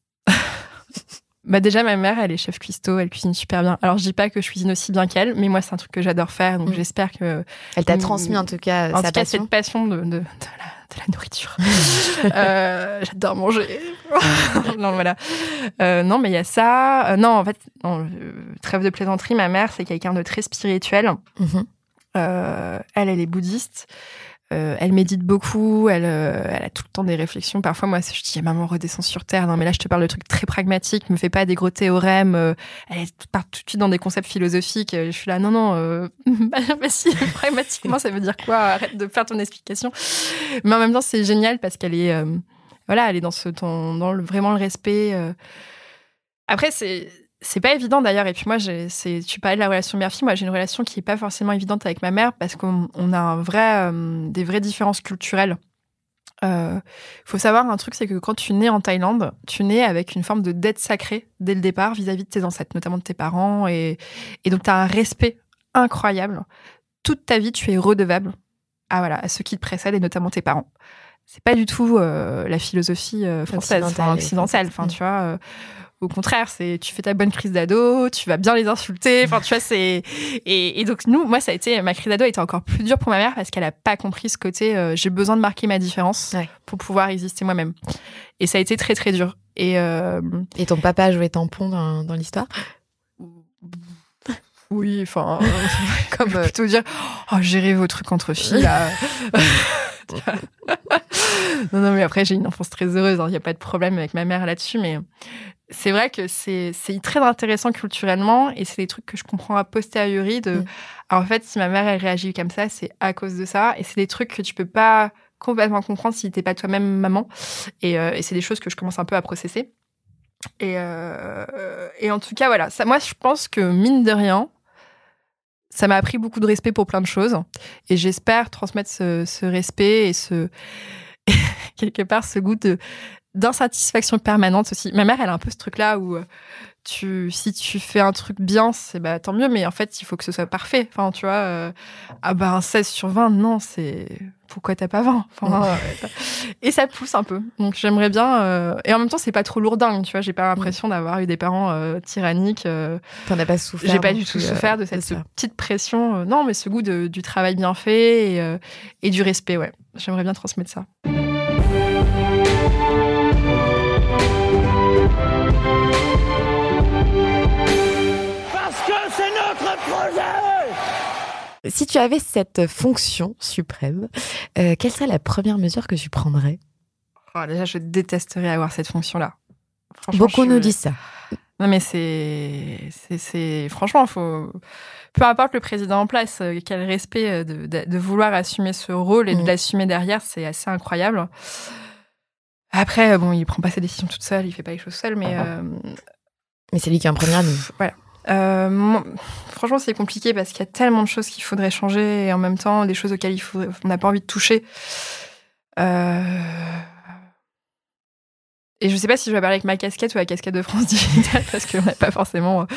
Bah déjà, ma mère, elle est chef cuistot, elle cuisine super bien. Alors, je dis pas que je cuisine aussi bien qu'elle, mais moi, c'est un truc que j'adore faire, donc mmh. j'espère que... Elle t'a transmis, en tout cas, en sa tout cas, passion. cette passion de, de, de, la, de la nourriture. euh, j'adore manger. non, voilà. Euh, non, mais il y a ça. Euh, non, en fait, non, euh, trêve de plaisanterie, ma mère, c'est quelqu'un de très spirituel. Mmh. Euh, elle, elle est bouddhiste. Euh, elle médite beaucoup, elle, euh, elle a tout le temps des réflexions. Parfois, moi, je dis, maman, redescends sur Terre. Non, mais là, je te parle de trucs très pragmatiques. Me fais pas des gros théorèmes. Euh, elle part tout de suite dans des concepts philosophiques. Je suis là, non, non, euh, bah, bah si, pragmatiquement, ça veut dire quoi ? Arrête de faire ton explication. Mais en même temps, c'est génial parce qu'elle est, euh, voilà, elle est dans ce, dans, dans le, vraiment le respect. Euh. Après, c'est, c'est pas évident d'ailleurs. Et puis moi, j'ai, c'est, tu parlais de la relation mère-fille. Moi, j'ai une relation qui est pas forcément évidente avec ma mère parce qu'on on a un vrai, euh, des vraies différences culturelles. Il euh, faut savoir un truc, c'est que quand tu nais en Thaïlande, tu nais avec une forme de dette sacrée dès le départ vis-à-vis de tes ancêtres, notamment de tes parents. Et, et donc, tu as un respect incroyable. Toute ta vie, tu es redevable à, voilà, à ceux qui te précèdent et notamment tes parents. C'est pas du tout euh, la philosophie euh, française, occidentale. Enfin, occidentale enfin, tu vois... Euh, Au contraire, c'est tu fais ta bonne crise d'ado, tu vas bien les insulter. Enfin, tu vois, c'est et, et donc nous, moi, ça a été ma crise d'ado a été encore plus dure pour ma mère parce qu'elle a pas compris ce côté. Euh, j'ai besoin de marquer ma différence ouais. pour pouvoir exister moi-même. Et ça a été très très dur. Et euh... et ton papa a joué tampon dans, dans l'histoire. Oui, enfin, euh, comme euh, plutôt dire, oh, gérez vos trucs entre filles là. non, non, mais après j'ai une enfance très heureuse. Il n'y a pas de problème avec ma mère là-dessus, mais c'est vrai que c'est, c'est très intéressant culturellement et c'est des trucs que je comprends a posteriori de, mm. alors, en fait, si ma mère, elle réagit comme ça, c'est à cause de ça et c'est des trucs que tu peux pas complètement comprendre si t'es pas toi-même maman et, euh, et c'est des choses que je commence un peu à processer et, euh, et en tout cas, voilà, ça, moi, je pense que mine de rien, ça m'a appris beaucoup de respect pour plein de choses et j'espère transmettre ce, ce respect et ce, quelque part, ce goût de, d'insatisfaction permanente aussi. Ma mère, elle a un peu ce truc-là où tu, si tu fais un truc bien, c'est bah, tant mieux, mais en fait, il faut que ce soit parfait. Enfin, tu vois, euh, ah bah, un seize sur vingt, non, c'est... Pourquoi t'as pas vingt enfin, euh, et ça pousse un peu. Donc, j'aimerais bien... Euh... Et en même temps, c'est pas trop lourdingue, tu vois. J'ai pas l'impression d'avoir eu des parents euh, tyranniques. Euh... T'en as pas souffert. J'ai pas du tout souffert euh, de cette petite pression. Euh, non, mais ce goût de, du travail bien fait et, euh, et du respect, ouais. J'aimerais bien transmettre ça. Si tu avais cette fonction suprême, euh, quelle serait la première mesure que tu prendrais ? Oh, déjà, je détesterais avoir cette fonction-là. Beaucoup je... nous disent ça. Non, mais c'est... c'est, c'est... Franchement, il faut... Peu importe le président en place, quel respect de, de, de vouloir assumer ce rôle et mmh. de l'assumer derrière, c'est assez incroyable. Après, bon, il prend pas ses décisions toute seule, il fait pas les choses seul, mais... Euh... Mais c'est lui qui est en première ligne. Voilà. Euh, moi, franchement, c'est compliqué parce qu'il y a tellement de choses qu'il faudrait changer et en même temps, des choses auxquelles il faudrait, on n'a pas envie de toucher. Euh... Et je sais pas si je vais parler avec ma casquette ou la casquette de France Digital parce qu'on n'a pas forcément...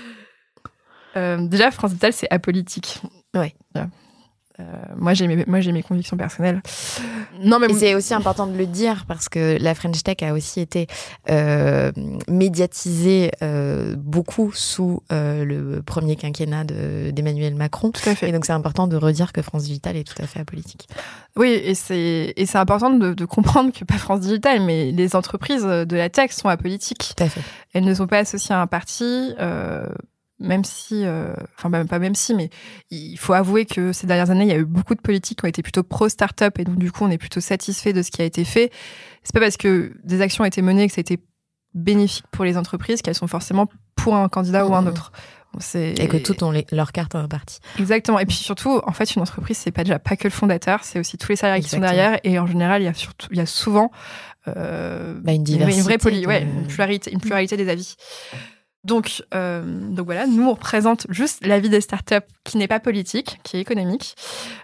Euh, déjà, France Digital, c'est apolitique. Oui. Euh, moi, j'ai mes, moi, j'ai mes convictions personnelles. Non, mais et c'est aussi important de le dire parce que la French Tech a aussi été euh, médiatisée euh, beaucoup sous euh, le premier quinquennat de, d'Emmanuel Macron. Tout à fait. Et donc, c'est important de redire que France Digital est tout à fait apolitique. Oui, et c'est, et c'est important de, de comprendre que pas France Digital, mais les entreprises de la tech sont apolitiques. Tout à fait. Elles ne sont pas associées à un parti. Euh, Même si, euh, enfin même pas même si, mais il faut avouer que ces dernières années, il y a eu beaucoup de politiques qui ont été plutôt pro-start-up et donc du coup, on est plutôt satisfait de ce qui a été fait. C'est pas parce que des actions ont été menées que ça a été bénéfique pour les entreprises qu'elles sont forcément pour un candidat mmh. ou un autre. C'est... Et que toutes ont les, leur carte à un parti. Exactement. Et puis surtout, en fait, une entreprise, c'est pas déjà pas que le fondateur, c'est aussi tous les salariés Exactement. Qui sont derrière. Et en général, il y a surtout, il y a souvent euh, bah, une diversité, une vraie poli- de... ouais, une pluralité, une pluralité des avis. Donc, euh, donc voilà, nous, on représente juste l'avis des startups qui n'est pas politique, qui est économique.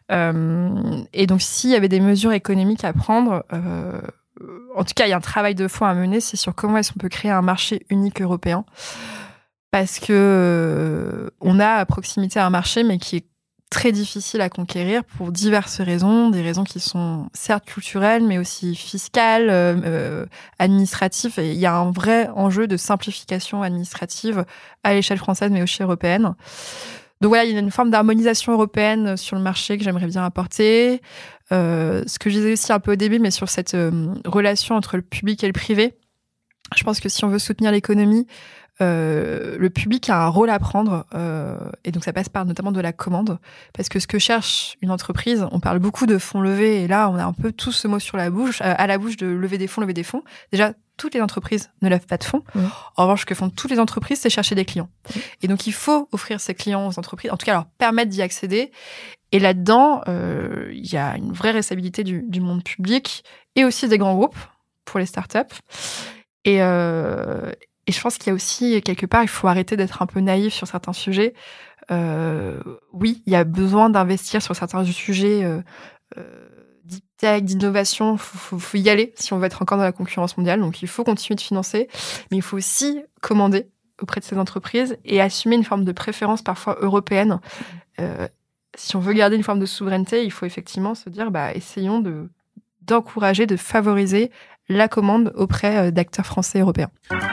Euh, et donc, s'il y avait des mesures économiques à prendre, euh, en tout cas, il y a un travail de fond à mener, c'est sur comment est-ce qu'on peut créer un marché unique européen. Parce que euh, on a à proximité un marché, mais qui est très difficile à conquérir pour diverses raisons, des raisons qui sont certes culturelles, mais aussi fiscales, euh, euh, administratives. Et il y a un vrai enjeu de simplification administrative à l'échelle française, mais aussi européenne. Donc voilà, il y a une forme d'harmonisation européenne sur le marché que j'aimerais bien apporter. Euh, ce que je disais aussi un peu au début, mais sur cette euh, relation entre le public et le privé. Je pense que si on veut soutenir l'économie, Euh, le public a un rôle à prendre euh, et donc ça passe par notamment de la commande parce que ce que cherche une entreprise, on parle beaucoup de fonds levés et là on a un peu tous ce mot sur la bouche, euh, à la bouche de lever des fonds, lever des fonds. Déjà, toutes les entreprises ne lèvent pas de fonds. Mmh. En revanche, ce que font toutes les entreprises, c'est chercher des clients. Mmh. Et donc il faut offrir ces clients aux entreprises, en tout cas leur permettre d'y accéder. Et là-dedans, euh, il y a une vraie responsabilité du, du monde public et aussi des grands groupes pour les startups. Et euh, Et je pense qu'il y a aussi, quelque part, il faut arrêter d'être un peu naïf sur certains sujets. Euh, oui, il y a besoin d'investir sur certains sujets euh, euh, deep tech, d'innovation. Il faut, faut, faut y aller si on veut être encore dans la concurrence mondiale. Donc, il faut continuer de financer. Mais il faut aussi commander auprès de ces entreprises et assumer une forme de préférence parfois européenne. Euh, si on veut garder une forme de souveraineté, il faut effectivement se dire, bah, essayons de, d'encourager, de favoriser la commande auprès d'acteurs français et européens.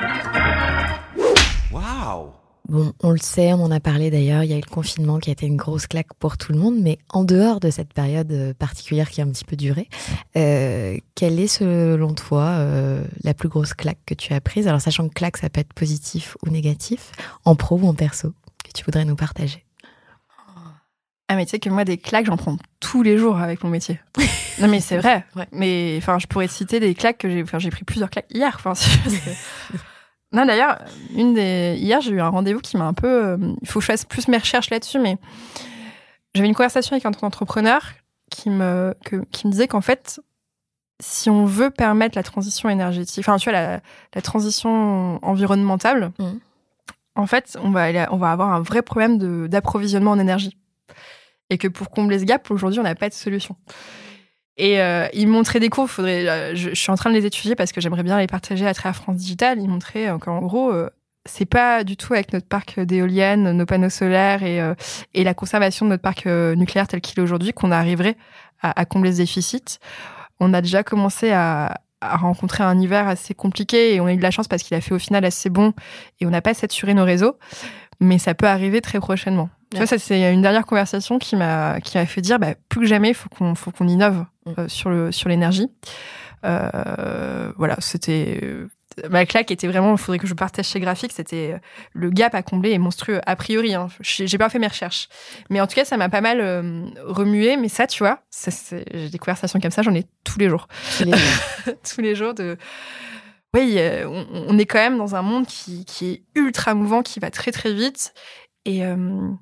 Waouh! Bon, on le sait, on en a parlé d'ailleurs, il y a eu le confinement qui a été une grosse claque pour tout le monde, mais en dehors de cette période particulière qui a un petit peu duré, euh, quelle est selon toi euh, la plus grosse claque que tu as prise? Alors sachant que claque, ça peut être positif ou négatif, en pro ou en perso, que tu voudrais nous partager? Ah mais tu sais que moi des claques j'en prends tous les jours avec mon métier. Non mais c'est vrai. Ouais. Mais enfin je pourrais te citer des claques que j'ai enfin j'ai pris plusieurs claques hier. Enfin non d'ailleurs une des hier j'ai eu un rendez-vous qui m'a un peu euh, il faut que je fasse plus mes recherches là-dessus mais j'avais une conversation avec un entrepreneur qui me que, qui me disait qu'en fait si on veut permettre la transition énergétique enfin tu vois la la transition environnementale mmh. en fait on va on va avoir un vrai problème de d'approvisionnement en énergie. Et que pour combler ce gap, aujourd'hui, on n'a pas de solution. Et euh, il montrait des cours, faudrait, euh, je, je suis en train de les étudier parce que j'aimerais bien les partager à travers France Digital. Il montrait euh, qu'en gros, euh, c'est pas du tout avec notre parc d'éoliennes, nos panneaux solaires et, euh, et la conservation de notre parc euh, nucléaire tel qu'il est aujourd'hui qu'on arriverait à, à combler ce déficit. On a déjà commencé à, à rencontrer un hiver assez compliqué et on a eu de la chance parce qu'il a fait au final assez bon et on n'a pas saturé nos réseaux. Mais ça peut arriver très prochainement. Tu vois, ça, c'est une dernière conversation qui m'a, qui m'a fait dire, bah, plus que jamais, il faut qu'on, faut qu'on innove euh, sur, le, sur l'énergie. Euh, voilà, c'était... Euh, ma claque était vraiment, il faudrait que je partage chez Graphique, c'était le gap à combler est monstrueux, a priori. Hein, j'ai, j'ai pas fait mes recherches. Mais en tout cas, ça m'a pas mal euh, remué. Mais ça, tu vois, ça, c'est, j'ai des conversations comme ça, j'en ai tous les jours. Tous les jours. Tous les jours de... Oui, euh, on, on est quand même dans un monde qui, qui est ultra mouvant, qui va très très vite. Et... Euh,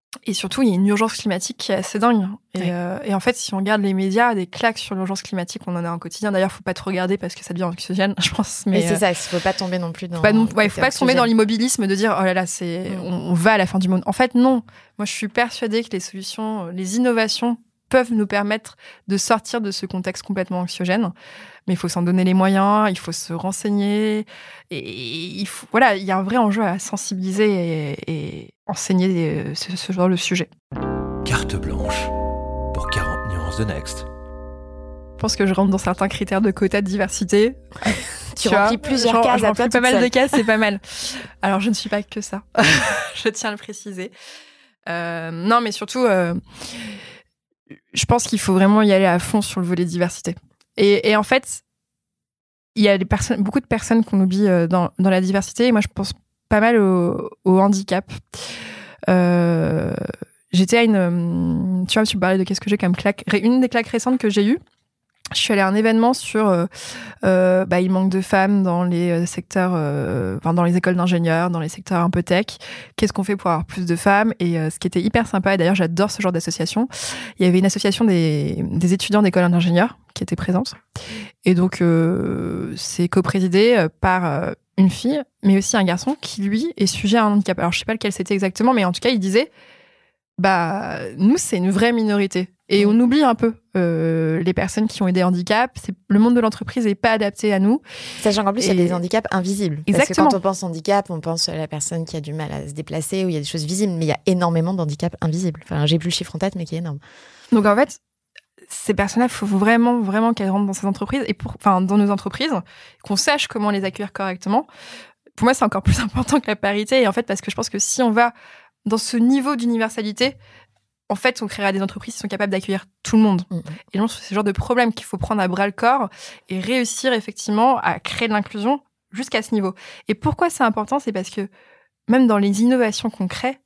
Et surtout, il y a une urgence climatique qui est assez dingue. Et, ouais. euh, et en fait, si on regarde les médias, des claques sur l'urgence climatique, on en a un quotidien. D'ailleurs, il ne faut pas trop regarder parce que ça devient anxiogène, je pense. Mais, mais c'est euh, ça, il ne faut pas tomber non plus dans... Il ouais, ne faut pas tomber dans l'immobilisme de dire « Oh là là, c'est, mmh. on, on va à la fin du monde ». En fait, non. Moi, je suis persuadée que les solutions, les innovations peuvent nous permettre de sortir de ce contexte complètement anxiogène. Mais il faut s'en donner les moyens, il faut se renseigner. Et il faut, voilà, il y a un vrai enjeu à sensibiliser et, et enseigner ce, ce genre de sujet. Carte blanche pour quarante nuances de Next. Je pense que je rentre dans certains critères de quota de diversité. tu, tu remplis vois, plusieurs genre, cases. Je remplis pas mal seule. de cases, c'est pas mal. Alors, je ne suis pas que ça. Je tiens à le préciser. Euh, non, mais surtout, euh, je pense qu'il faut vraiment y aller à fond sur le volet diversité. Et, et en fait, il y a des personnes, beaucoup de personnes qu'on oublie dans, dans la diversité. Et moi, je pense pas mal au, au handicap. Euh, j'étais à une... Tu vois, tu parlais de qu'est-ce que j'ai comme claque. Une des claques récentes que j'ai eues, je suis allée à un événement sur euh, euh, bah, il manque de femmes dans les secteurs, euh, enfin dans les écoles d'ingénieurs, dans les secteurs un peu tech. Qu'est-ce qu'on fait pour avoir plus de femmes ? Et euh, ce qui était hyper sympa, et d'ailleurs j'adore ce genre d'association, il y avait une association des, des étudiants d'écoles d'ingénieurs qui était présente. Et donc euh, c'est coprésidé par euh, une fille, mais aussi un garçon qui lui est sujet à un handicap. Alors je sais pas lequel c'était exactement, mais en tout cas il disait bah nous c'est une vraie minorité. Et on oublie un peu euh, les personnes qui ont eu des handicaps. C'est, le monde de l'entreprise n'est pas adapté à nous. Sachant qu'en plus, il y a des handicaps invisibles. Exactement. Parce que quand on pense handicap, on pense à la personne qui a du mal à se déplacer, où il y a des choses visibles, mais il y a énormément d'handicaps invisibles. Enfin, j'ai plus le chiffre en tête, mais qui est énorme. Donc en fait, ces personnes-là, il faut vraiment, vraiment qu'elles rentrent dans ces entreprises, et pour, enfin, dans nos entreprises, qu'on sache comment les accueillir correctement. Pour moi, c'est encore plus important que la parité. Et en fait, parce que je pense que si on va dans ce niveau d'universalité, en fait, on créera des entreprises qui sont capables d'accueillir tout le monde. Mmh. Et donc, c'est ce genre de problème qu'il faut prendre à bras-le-corps et réussir effectivement à créer de l'inclusion jusqu'à ce niveau. Et pourquoi c'est important ? C'est parce que même dans les innovations qu'on crée,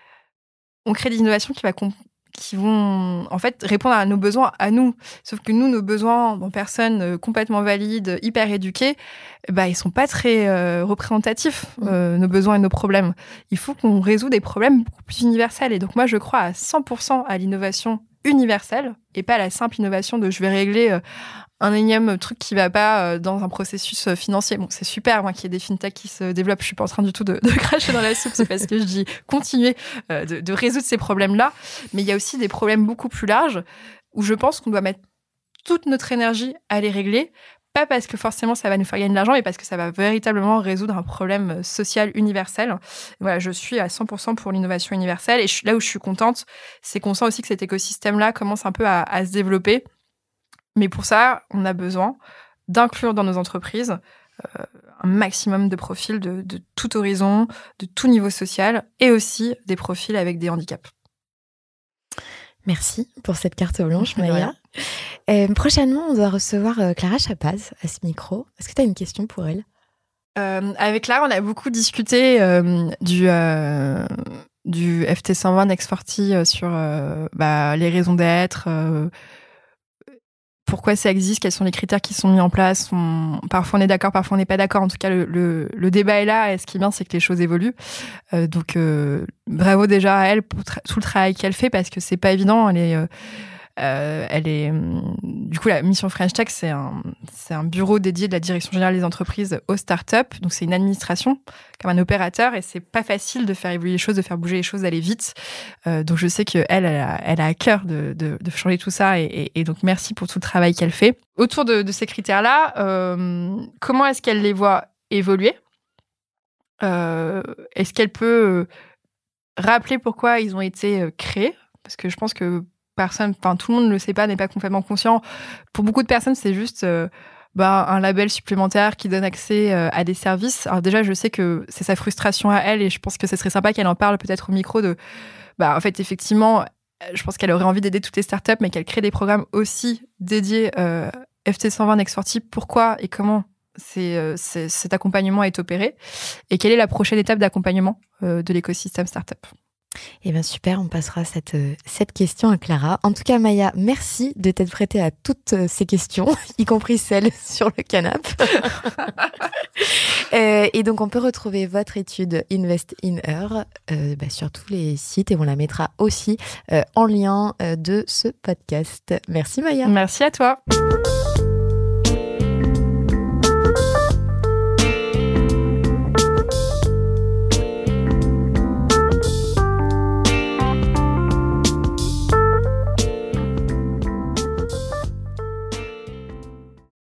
on crée des innovations qui, va comp- qui vont en fait répondre à nos besoins à nous. Sauf que nous, nos besoins en personnes complètement valides, hyper éduquées, bah, ils sont pas très euh, représentatifs, euh, nos besoins et nos problèmes. Il faut qu'on résout des problèmes beaucoup plus universels. Et donc moi, je crois à cent pour cent à l'innovation universelle et pas à la simple innovation de je vais régler euh, un énième truc qui va pas euh, dans un processus euh, financier. Bon, c'est super, moi, qu'il y ait des fintechs qui se développent. Je suis pas en train du tout de, de cracher dans la soupe. C'est parce que je dis continuer euh, de, de résoudre ces problèmes-là. Mais il y a aussi des problèmes beaucoup plus larges où je pense qu'on doit mettre toute notre énergie à les régler. Pas parce que forcément ça va nous faire gagner de l'argent, mais parce que ça va véritablement résoudre un problème social universel. Voilà, je suis à cent pour cent pour l'innovation universelle. Et je, là où je suis contente, c'est qu'on sent aussi que cet écosystème-là commence un peu à, à se développer. Mais pour ça, on a besoin d'inclure dans nos entreprises euh, un maximum de profils de, de tout horizon, de tout niveau social, et aussi des profils avec des handicaps. Merci pour cette carte blanche, Maya. Euh, prochainement, on doit recevoir euh, Clara Chapaz à ce micro. Est-ce que tu as une question pour elle ? euh, Avec Clara, on a beaucoup discuté euh, du, euh, du F T cent vingt Next quarante euh, sur euh, bah, les raisons d'être, euh, pourquoi ça existe, quels sont les critères qui sont mis en place. On, parfois on est d'accord, parfois on n'est pas d'accord. En tout cas, le, le, le débat est là et ce qui est bien, c'est que les choses évoluent. Euh, donc, euh, bravo déjà à elle pour tra- tout le travail qu'elle fait parce que c'est pas évident. Elle est... Euh, Euh, elle est, du coup, la mission French Tech, c'est un, c'est un bureau dédié de la direction générale des entreprises aux startups. Donc, c'est une administration comme un opérateur et c'est pas facile de faire évoluer les choses, de faire bouger les choses, d'aller vite. Euh, donc, je sais que elle, elle a, elle a à cœur de, de, de changer tout ça et, et, et donc merci pour tout le travail qu'elle fait. Autour de, de ces critères-là, euh, comment est-ce qu'elle les voit évoluer ? euh, Est-ce qu'elle peut rappeler pourquoi ils ont été créés ? Parce que je pense que personne, enfin tout le monde ne le sait pas, n'est pas complètement conscient. Pour beaucoup de personnes, c'est juste euh, bah, un label supplémentaire qui donne accès euh, à des services. Alors déjà, je sais que c'est sa frustration à elle et je pense que ce serait sympa qu'elle en parle peut-être au micro de, bah en fait effectivement, je pense qu'elle aurait envie d'aider toutes les startups, mais qu'elle crée des programmes aussi dédiés euh, F T cent vingt Next quarante. Pourquoi et comment c'est, euh, c'est, cet accompagnement est opéré et quelle est la prochaine étape d'accompagnement euh, de l'écosystème startup? Eh bien super, on passera cette, cette question à Clara. En tout cas, Maya, merci de t'être prêtée à toutes ces questions, y compris celles sur le canapé. euh, et donc, on peut retrouver votre étude Invest in Her euh, bah, sur tous les sites et on la mettra aussi euh, en lien euh, de ce podcast. Merci Maya. Merci à toi.